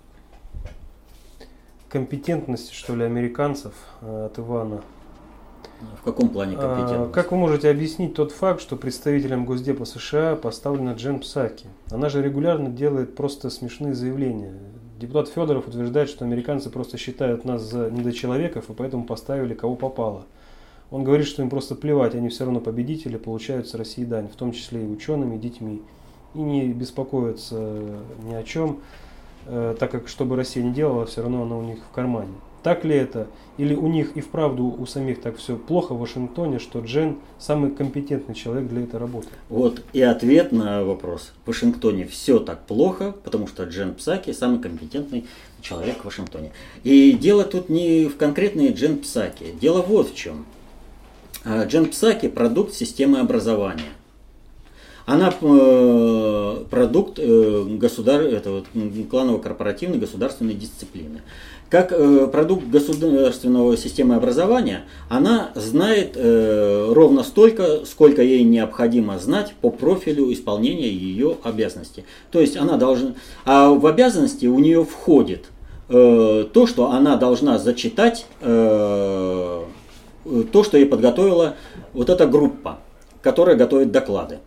компетентности, что ли, американцев э, от Ивана. В каком плане компетентность? А, как вы можете объяснить тот факт, что представителем Госдепа США поставлена Джен Псаки? Она же регулярно делает просто смешные заявления. Депутат Федоров утверждает, что американцы просто считают нас за недочеловеков и поэтому поставили кого попало. Он говорит, что им просто плевать, они все равно победители, получают с России дань, в том числе и учеными, и детьми. И не беспокоятся ни о чем, э, так как что бы Россия ни делала, все равно она у них в кармане. Так ли это? Или у них и вправду у самих так все плохо в Вашингтоне, что Джен самый компетентный человек для этой работы? Вот и ответ на вопрос. В Вашингтоне все так плохо, потому что Джен Псаки самый компетентный человек в Вашингтоне. И дело тут не в конкретной Джен Псаки. Дело вот в чем. Джен Псаки – продукт системы образования. Она э, продукт э, государ... это, кланово-корпоративной государственной дисциплины. Как э, продукт государственного системы образования, она знает э, ровно столько, сколько ей необходимо знать по профилю исполнения ее обязанностей. То есть она должна... А в обязанности у нее входит э, то, что она должна зачитать, э, то, что ей подготовила вот эта группа, которая готовит доклады.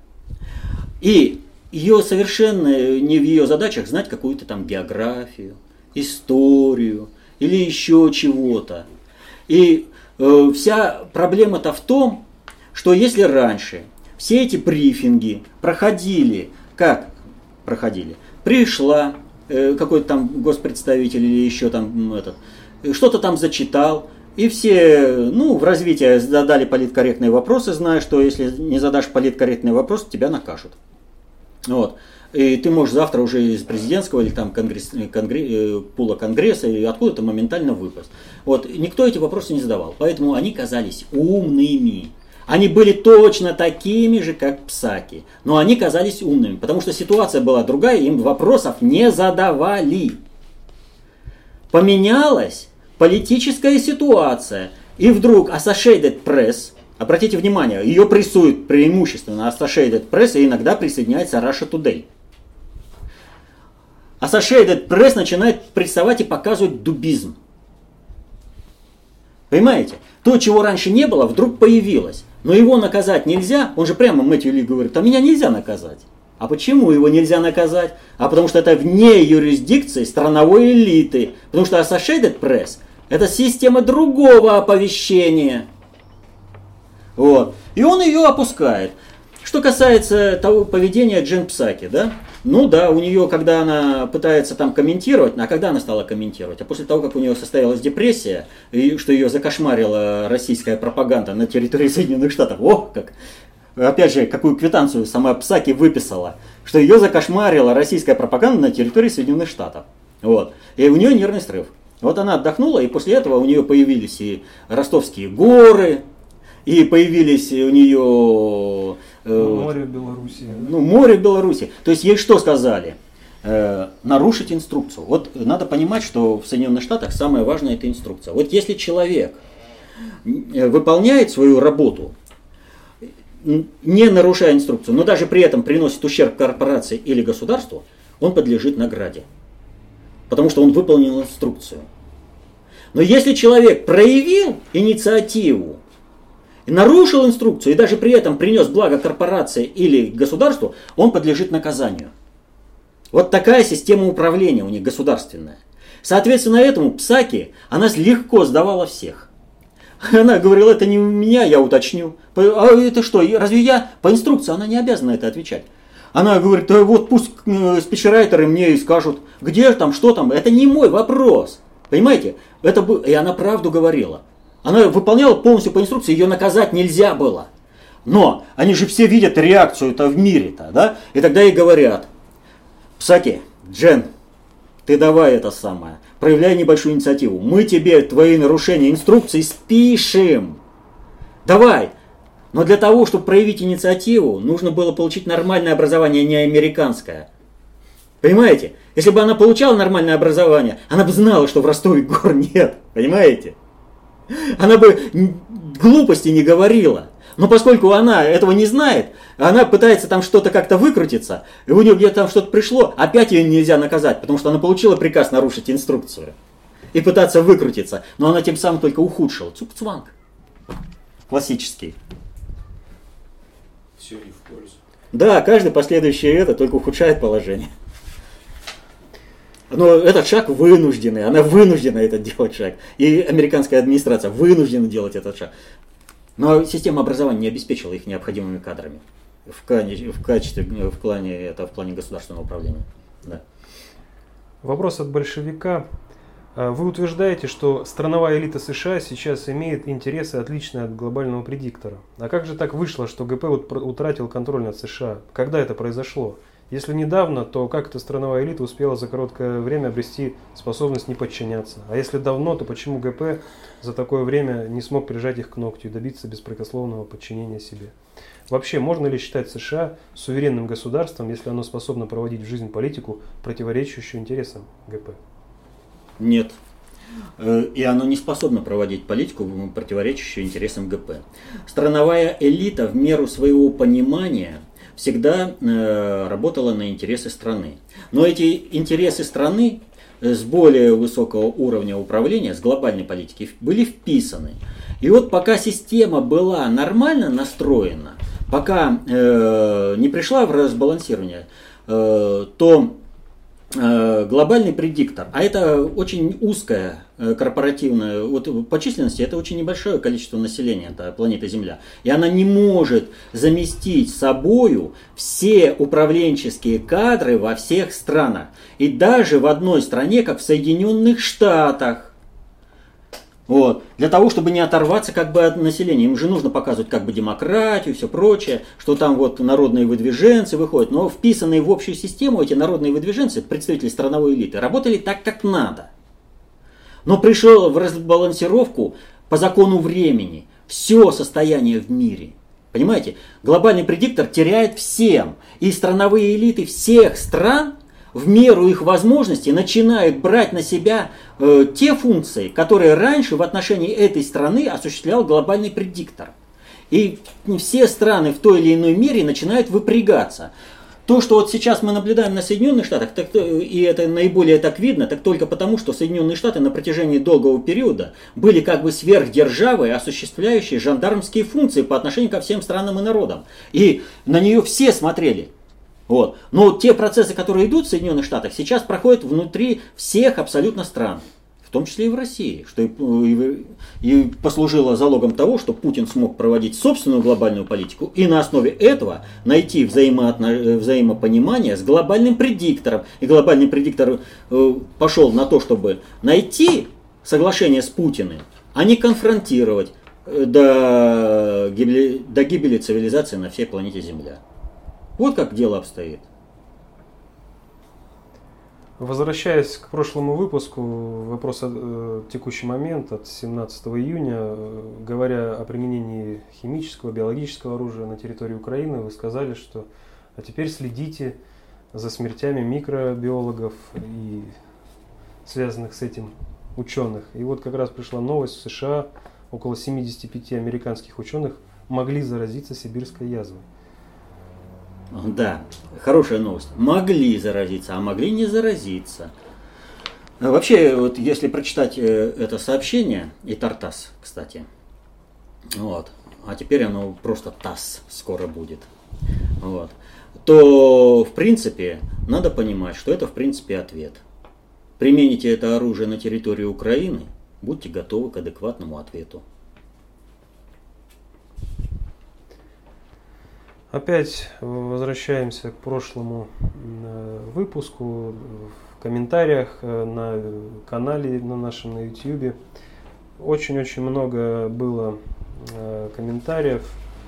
И ее совершенно не в ее задачах знать какую-то там географию, историю или еще чего-то. И э, вся проблема-то в том, что если раньше все эти брифинги проходили, как проходили? Пришла э, какой-то там госпредставитель или еще там этот, что-то там зачитал, и все, ну, в развитии задали политкорректные вопросы, зная, что если не задашь политкорректный вопрос, тебя накажут. Вот. И ты можешь завтра уже из президентского или там конгресс, конгресс, пула конгресса и откуда-то моментально выпасть. Вот. Никто эти вопросы не задавал, поэтому они казались умными. Они были точно такими же, как Псаки, но они казались умными, потому что ситуация была другая, им вопросов не задавали. Поменялась политическая ситуация, и вдруг Associated Press, обратите внимание, ее прессуют преимущественно Associated Press, и иногда присоединяется Russia Today. Associated Press начинает прессовать и показывать дубизм. Понимаете? То, чего раньше не было, вдруг появилось. Но его наказать нельзя. Он же прямо Мэтью Ли говорит, а меня нельзя наказать. А почему его нельзя наказать? А потому что это вне юрисдикции страновой элиты. Потому что Associated Press – это система другого оповещения. Вот. И он ее опускает. Что касается того поведения Джен Псаки, да? Ну да, у нее, когда она пытается там комментировать, а когда она стала комментировать? А после того, как у нее состоялась депрессия, и что ее закошмарила российская пропаганда на территории Соединенных Штатов. О, как! Опять же, какую квитанцию сама Псаки выписала, что ее закошмарила российская пропаганда на территории Соединенных Штатов. Вот. И у нее нервный срыв. Вот она отдохнула, и после этого у нее появились и ростовские горы, и появились у нее... Э, море в Беларуси. Ну, море в Беларуси. То есть ей что сказали? Э, нарушить инструкцию. Вот надо понимать, что в Соединенных Штатах самое важное это инструкция. Вот если человек выполняет свою работу, не нарушая инструкцию, но даже при этом приносит ущерб корпорации или государству, он подлежит награде. Потому что он выполнил инструкцию. Но если человек проявил инициативу, нарушил инструкцию и даже при этом принес благо корпорации или государству, он подлежит наказанию. Вот такая система управления у них государственная. Соответственно, этому Псаки, она легко сдавала всех. Она говорила, это не у меня, я уточню. А это что, разве я? По инструкции она не обязана это отвечать. Она говорит, да вот пусть спичрайтеры мне и скажут, где там, что там. Это не мой вопрос. Понимаете? Это был... И она правду говорила. Она выполняла полностью по инструкции, ее наказать нельзя было. Но они же все видят реакцию-то в мире-то, да? И тогда ей говорят, Псаки, Джен, ты давай это самое, проявляй небольшую инициативу. Мы тебе твои нарушения инструкций спишем. Давай. Но для того, чтобы проявить инициативу, нужно было получить нормальное образование, а не американское. Понимаете? Если бы она получала нормальное образование, она бы знала, что в Ростове гор нет. Понимаете? Она бы глупости не говорила. Но поскольку она этого не знает, она пытается там что-то как-то выкрутиться, и у нее где-то там что-то пришло, опять ее нельзя наказать, потому что она получила приказ нарушить инструкцию и пытаться выкрутиться. Но она тем самым только ухудшила. Цук-цванг. Классический. Все не в пользу. Да, каждый последующий это только ухудшает положение. Но этот шаг вынужденный, она вынуждена это делать шаг. И американская администрация вынуждена делать этот шаг. Но система образования не обеспечила их необходимыми кадрами в, в качестве, в плане, это в плане государственного управления. Да. Вопрос от большевика. Вы утверждаете, что страновая элита США сейчас имеет интересы, отличные от глобального предиктора. А как же так вышло, что ГП утратил контроль над США? Когда это произошло? Если недавно, то как эта страновая элита успела за короткое время обрести способность не подчиняться? А если давно, то почему ГП за такое время не смог прижать их к ногтю и добиться беспрекословного подчинения себе? Вообще, можно ли считать США суверенным государством, если оно способно проводить в жизнь политику, противоречащую интересам ГП? Нет. И оно не способно проводить политику, противоречащую интересам ГП. Страновая элита в меру своего понимания всегда э, работала на интересы страны. Но эти интересы страны с более высокого уровня управления, с глобальной политики, были вписаны. И вот пока система была нормально настроена, пока э, не пришла в разбалансирование, э, то э, глобальный предиктор, а это очень узкая корпоративная, вот по численности это очень небольшое количество населения, это планета Земля. И она не может заместить собою все управленческие кадры во всех странах. И даже в одной стране, как в Соединенных Штатах. Вот. Для того, чтобы не оторваться как бы от населения. Им же нужно показывать как бы демократию, все прочее, что там вот народные выдвиженцы выходят. Но вписанные в общую систему эти народные выдвиженцы, представители страновой элиты, работали так, как надо. Но пришел в разбалансировку по закону времени все состояние в мире. Понимаете? Глобальный предиктор теряет всем. И страновые элиты всех стран в меру их возможностей начинают брать на себя э, те функции, которые раньше в отношении этой страны осуществлял глобальный предиктор. И все страны в той или иной мере начинают выпрягаться. То, что вот сейчас мы наблюдаем на Соединенных Штатах, так, и это наиболее так видно, так только потому, что Соединенные Штаты на протяжении долгого периода были как бы сверхдержавой, осуществляющей жандармские функции по отношению ко всем странам и народам. И на нее все смотрели. Вот. Но те процессы, которые идут в Соединенных Штатах, сейчас проходят внутри всех абсолютно стран. в том числе и в России, что и, и послужило залогом того, что Путин смог проводить собственную глобальную политику и на основе этого найти взаимоотно... взаимопонимание с глобальным предиктором. И глобальный предиктор э, пошел на то, чтобы найти соглашение с Путиным, а не конфронтировать э, до гибели, до гибели цивилизации на всей планете Земля. Вот как дело обстоит. Возвращаясь к прошлому выпуску, вопрос о текущий момент от семнадцатого июня, говоря о применении химического, биологического оружия на территории Украины, вы сказали, что а теперь следите за смертями микробиологов и связанных с этим ученых. И вот как раз пришла новость: в США около семидесяти пяти американских ученых могли заразиться сибирской язвой. Да, хорошая новость. Могли заразиться, а могли не заразиться. Вообще, вот если прочитать это сообщение, и Тартас, кстати, вот, а теперь оно просто ТАСС скоро будет, вот, то, в принципе, надо понимать, что это, в принципе, ответ. Примените это оружие на территории Украины, будьте готовы к адекватному ответу. Опять возвращаемся к прошлому выпуску. В комментариях на канале на нашем на YouTube очень-очень много было комментариев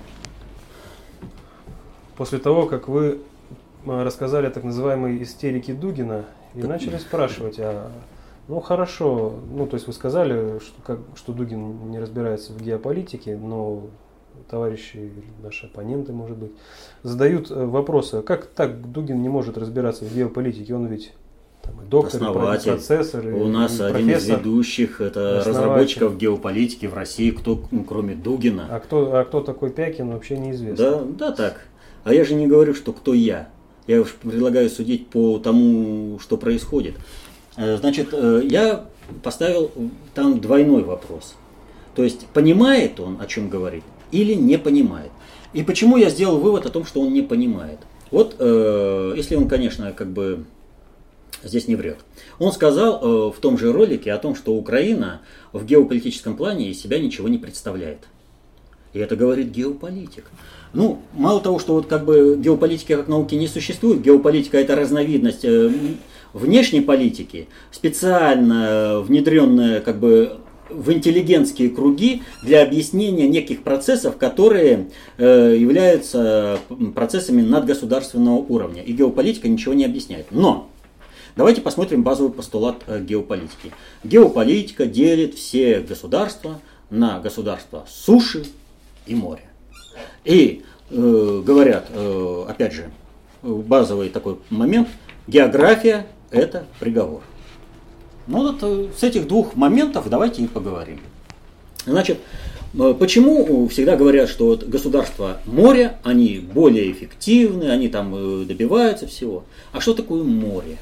после того, как вы рассказали о так называемой истерике Дугина и начали спрашивать, а ну хорошо, ну то есть вы сказали, что, как, что Дугин не разбирается в геополитике, но товарищи, наши оппоненты, может быть, задают вопросы, как так Дугин не может разбираться в геополитике, он ведь там, и доктор, основатель. И процессор, у и, нас и один из ведущих, это разработчиков геополитики в России, кто, ну, кроме Дугина. А кто, а кто такой Пякин, вообще неизвестно. Да, да так. А я же не говорю, что кто я. Я уж предлагаю судить по тому, что происходит. Значит, я поставил там двойной вопрос. То есть, понимает он, о чем говорит, или не понимает. И почему я сделал вывод о том, что он не понимает. Вот, э, если он, конечно, как бы здесь не врет. Он сказал э, в том же ролике о том, что Украина в геополитическом плане из себя ничего не представляет. И это говорит геополитик. Ну, мало того, что вот как бы геополитики как науки не существует, геополитика это разновидность э, внешней политики, специально внедренная как бы в интеллигентские круги для объяснения неких процессов, которые э, являются процессами надгосударственного уровня. И геополитика ничего не объясняет. Но давайте посмотрим базовый постулат э, геополитики. Геополитика делит все государства на государства суши и моря. И э, говорят, э, опять же, базовый такой момент, география это приговор. Ну вот с этих двух моментов давайте и поговорим. Значит, почему всегда говорят, что вот государства моря, они более эффективны, они там добиваются всего. А что такое море?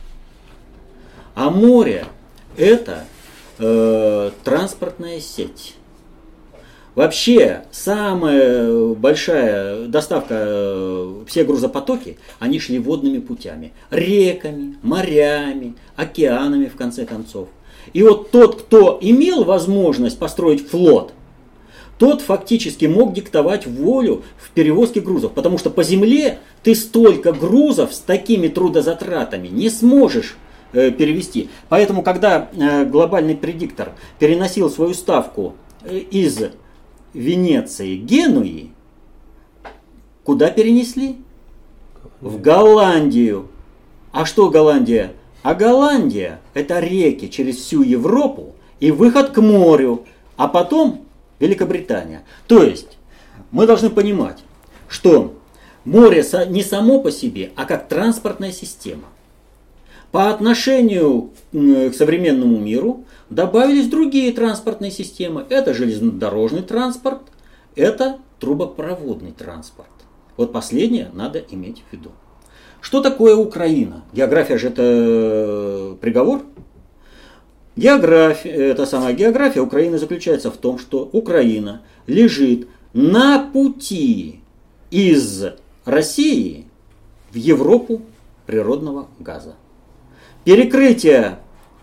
А море это э, транспортная сеть. Вообще, самая большая доставка, все грузопотоки, они шли водными путями. Реками, морями, океанами, в конце концов. И вот тот, кто имел возможность построить флот, тот фактически мог диктовать волю в перевозке грузов. Потому что по земле ты столько грузов с такими трудозатратами не сможешь э, перевести. Поэтому, когда э, глобальный предиктор переносил свою ставку э, из Венеции, Генуи, куда перенесли? В Голландию. А что Голландия? А Голландия это реки через всю Европу и выход к морю, а потом Великобритания. То есть мы должны понимать, что море не само по себе, а как транспортная система. По отношению к современному миру добавились другие транспортные системы. Это железнодорожный транспорт, это трубопроводный транспорт. Вот последнее надо иметь в виду. Что такое Украина? География же это приговор. География, эта самая география Украины заключается в том, что Украина лежит на пути из России в Европу природного газа. Перекрытие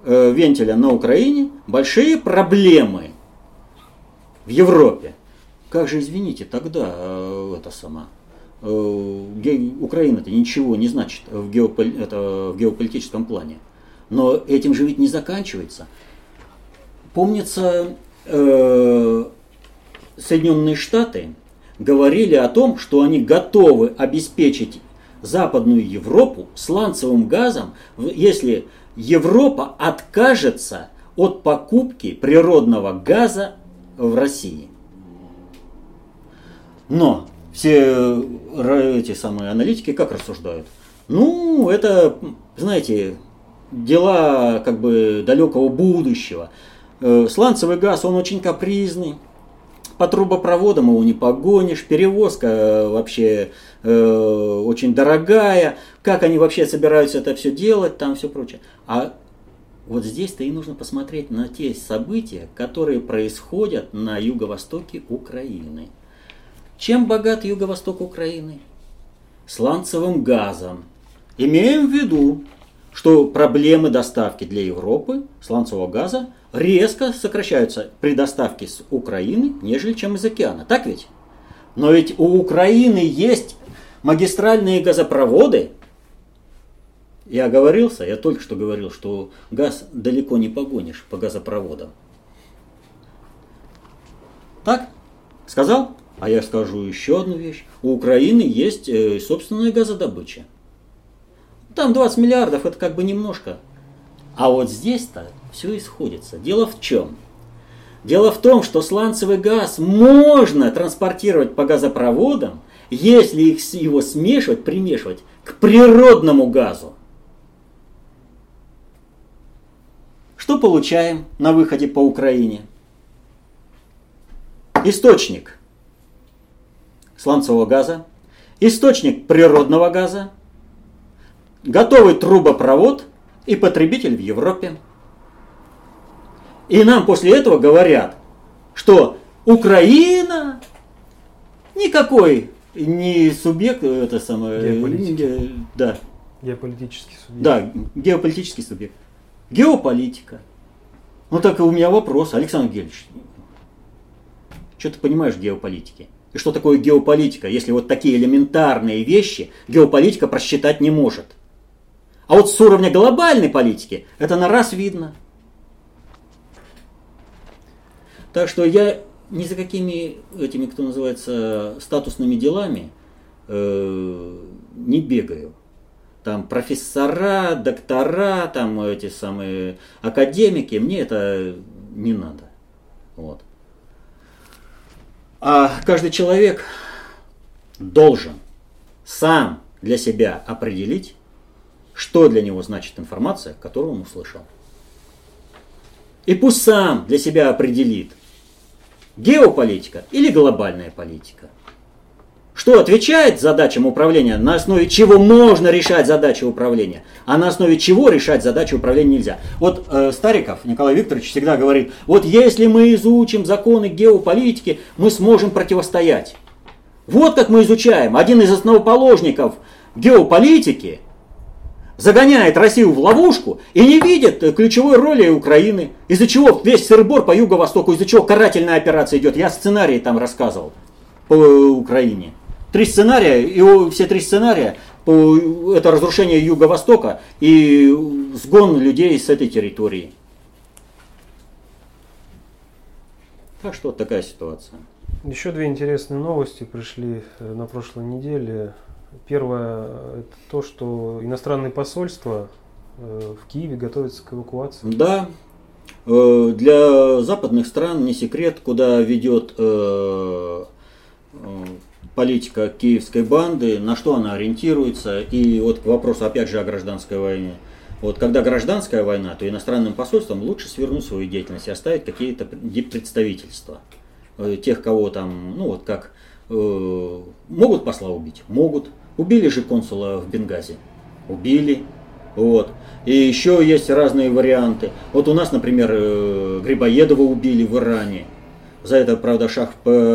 э, вентиля на Украине большие проблемы в Европе. Как же, извините, тогда э, это сама э, ге, Украина-то ничего не значит в, геополи, это, в геополитическом плане. Но этим же ведь не заканчивается. Помнится, э, Соединенные Штаты говорили о том, что они готовы обеспечить Западную Европу сланцевым газом, если Европа откажется от покупки природного газа в России. Но все эти самые аналитики как рассуждают? Ну, это, знаете, дела как бы далекого будущего. Сланцевый газ, он очень капризный. По трубопроводам его не погонишь, перевозка вообще э, очень дорогая, как они вообще собираются это все делать, там все прочее. А вот здесь-то и нужно посмотреть на те события, которые происходят на юго-востоке Украины. Чем богат юго-восток Украины? Сланцевым газом. Имеем в виду, что проблемы доставки для Европы сланцевого газа резко сокращаются при доставке с Украины, нежели чем из океана. Так ведь? Но ведь у Украины есть магистральные газопроводы. Я оговорился, я только что говорил, что газ далеко не погонишь по газопроводам. Так? Сказал? А я скажу еще одну вещь. У Украины есть собственная газодобыча. Там двадцать миллиардов, это как бы немножко. А вот здесь-то все исходится. Дело в чем? Дело в том, что сланцевый газ можно транспортировать по газопроводам, если их, его смешивать, примешивать к природному газу. Что получаем на выходе по Украине? Источник сланцевого газа, источник природного газа, готовый трубопровод и потребитель в Европе. И нам после этого говорят, что Украина никакой не субъект, это самое, Геополитики. Да. Геополитический субъект. Да, геополитический субъект. Геополитика. Ну так и у меня вопрос, Александр Гельевич, что ты понимаешь в геополитике? И что такое геополитика, если вот такие элементарные вещи геополитика просчитать не может? А вот с уровня глобальной политики это на раз видно. Так что я ни за какими этими, кто называется, статусными делами э, не бегаю. Там профессора, доктора, там эти самые академики, мне это не надо. Вот. А каждый человек должен сам для себя определить, что для него значит информация, которую он услышал. И пусть сам для себя определит, геополитика или глобальная политика. Что отвечает задачам управления, на основе чего можно решать задачи управления, а на основе чего решать задачи управления нельзя. Вот э, Стариков Николай Викторович всегда говорит, вот если мы изучим законы геополитики, мы сможем противостоять. Вот как мы изучаем. Один из основоположников геополитики загоняет Россию в ловушку и не видит ключевой роли Украины, из-за чего весь сыр-бор по юго-востоку, из-за чего карательная операция идет. Я сценарий там рассказывал по Украине. Три сценария, и все три сценария это разрушение Юго-Востока и сгон людей с этой территории. Так что вот такая ситуация. Еще две интересные новости пришли на прошлой неделе. Первое – это то, что иностранные посольства в Киеве готовятся к эвакуации. Да, для западных стран не секрет, куда ведет политика киевской банды, на что она ориентируется. И вот к вопросу опять же о гражданской войне. Вот когда гражданская война, то иностранным посольствам лучше свернуть свою деятельность и оставить какие-то представительства. Тех, кого там, ну вот как, э, могут посла убить? Могут. Убили же консула в Бенгази? Убили. Вот. И еще есть разные варианты. Вот у нас, например, э, Грибоедова убили в Иране. За это, правда, Шах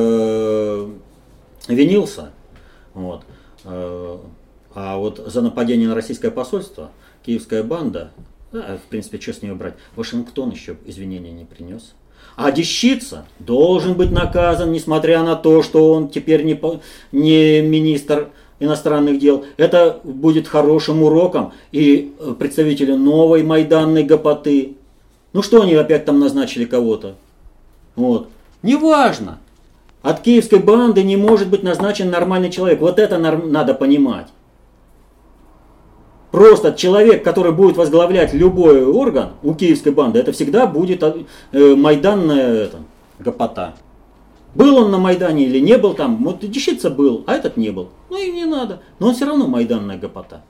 винился. Вот. А вот за нападение на российское посольство киевская банда А, в принципе, что с нее брать? Вашингтон еще извинения не принес. А Дещица должен быть наказан, несмотря на то, что он теперь не, не министр иностранных дел. Это будет хорошим уроком и представителю новой майданной гопоты. Ну что они опять там назначили кого-то? Вот. Неважно. От киевской банды не может быть назначен нормальный человек. Вот это надо понимать. Просто человек, который будет возглавлять любой орган у киевской банды, это всегда будет э, майданная это, гопота. Был он на Майдане или не был там, вот Дещица был, а этот не был. Ну и не надо. Но он все равно майданная гопота.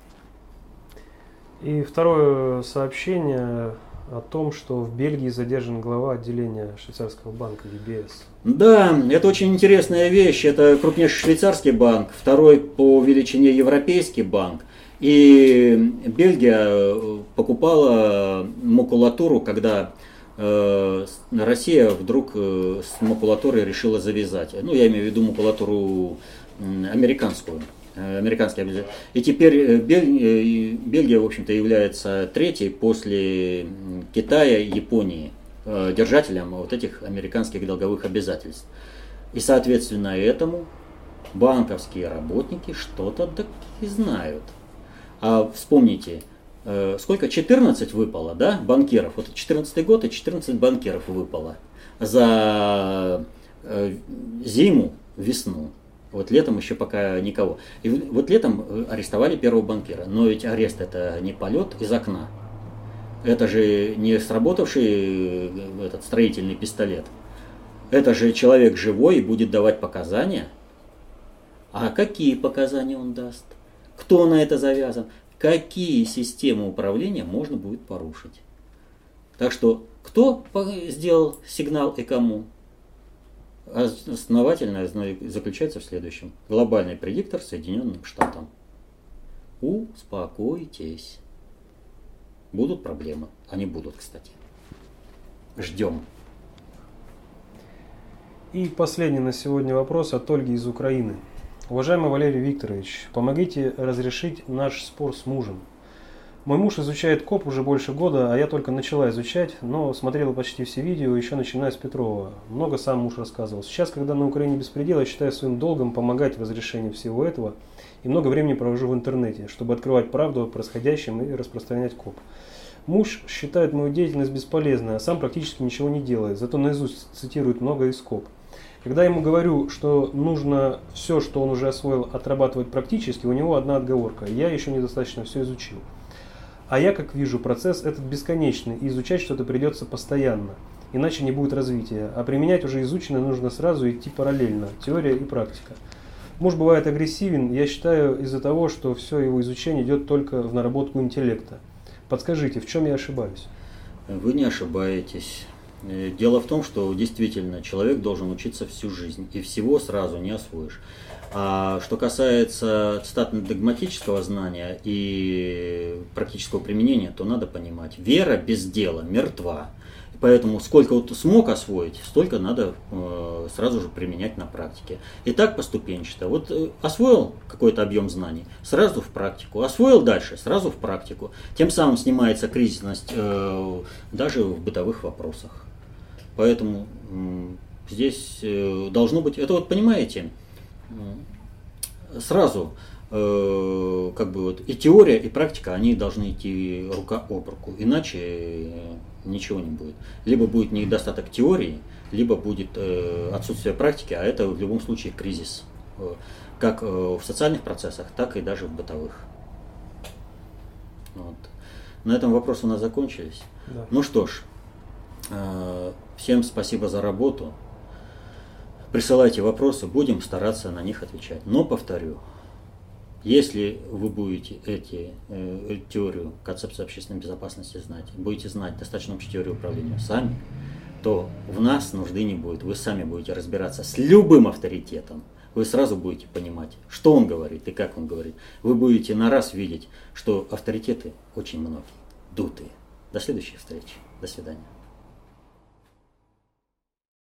И второе сообщение о том, что в Бельгии задержан глава отделения швейцарского банка ю би эс. Да, это очень интересная вещь. Это крупнейший швейцарский банк, второй по величине европейский банк. И Бельгия покупала макулатуру, когда э, Россия вдруг э, с макулатурой решила завязать. Ну, я имею в виду макулатуру э, американскую. Э, американский обязательно. И теперь Бель, Бельгия, в общем-то, является третьей после Китая и Японии э, держателем вот этих американских долговых обязательств. И, соответственно, этому банковские работники что-то так и знают. А вспомните, э, сколько? четырнадцать выпало, да, банкиров. Вот четырнадцатый год и четырнадцать банкиров выпало за э, зиму, весну. Вот летом еще пока никого. И вот летом арестовали первого банкира. Но ведь арест это не полет из окна. Это же не сработавший этот строительный пистолет. Это же человек живой и будет давать показания. А какие показания он даст? Кто на это завязан? Какие системы управления можно будет порушить? Так что, кто сделал сигнал и кому? Основательно заключается в следующем. Глобальный предиктор Соединенным Штатам. Успокойтесь. Будут проблемы. Они будут, кстати. Ждем. И последний на сегодня вопрос от Ольги из Украины. Уважаемый Валерий Викторович, помогите разрешить наш спор с мужем. Мой муж изучает КОП уже больше года, а я только начала изучать, но смотрела почти все видео, еще начиная с Петрова. Много сам муж рассказывал. Сейчас, когда на Украине беспредел, я считаю своим долгом помогать в разрешении всего этого. И много времени провожу в интернете, чтобы открывать правду о происходящем и распространять КОП. Муж считает мою деятельность бесполезной, а сам практически ничего не делает, зато наизусть цитирует много из КОП. Когда я ему говорю, что нужно все, что он уже освоил, отрабатывать практически, у него одна отговорка. Я еще недостаточно все изучил. А я, как вижу, процесс этот бесконечный, и изучать что-то придется постоянно, иначе не будет развития. А применять уже изученное нужно сразу идти параллельно, теория и практика. Муж бывает агрессивен, я считаю, из-за того, что все его изучение идет только в наработку интеллекта. Подскажите, в чем я ошибаюсь? Вы не ошибаетесь. Дело в том, что действительно человек должен учиться всю жизнь, и всего сразу не освоишь. А что касается цитатно-догматического знания и практического применения, то надо понимать, вера без дела мертва. Поэтому сколько вот смог освоить, столько надо э, сразу же применять на практике. И так поступенчато. Вот э, освоил какой-то объем знаний, сразу в практику. Освоил дальше, сразу в практику. Тем самым снимается кризисность э, даже в бытовых вопросах. Поэтому э, здесь э, должно быть, это вот понимаете, э, сразу э, как бы вот и теория, и практика, они должны идти рука об руку. Иначе э, ничего не будет. Либо будет недостаток теории, либо будет э, отсутствие практики, а это в любом случае кризис. Э, как э, в социальных процессах, так и даже в бытовых. Вот. На этом вопросы у нас закончились. Да. Ну что ж, э, всем спасибо за работу. Присылайте вопросы, будем стараться на них отвечать. Но повторю, если вы будете эти, э, теорию концепции общественной безопасности знать, будете знать достаточно общую теорию управления сами, то в нас нужды не будет. Вы сами будете разбираться с любым авторитетом. Вы сразу будете понимать, что он говорит и как он говорит. Вы будете на раз видеть, что авторитеты очень многие, дутые. До следующей встречи. До свидания.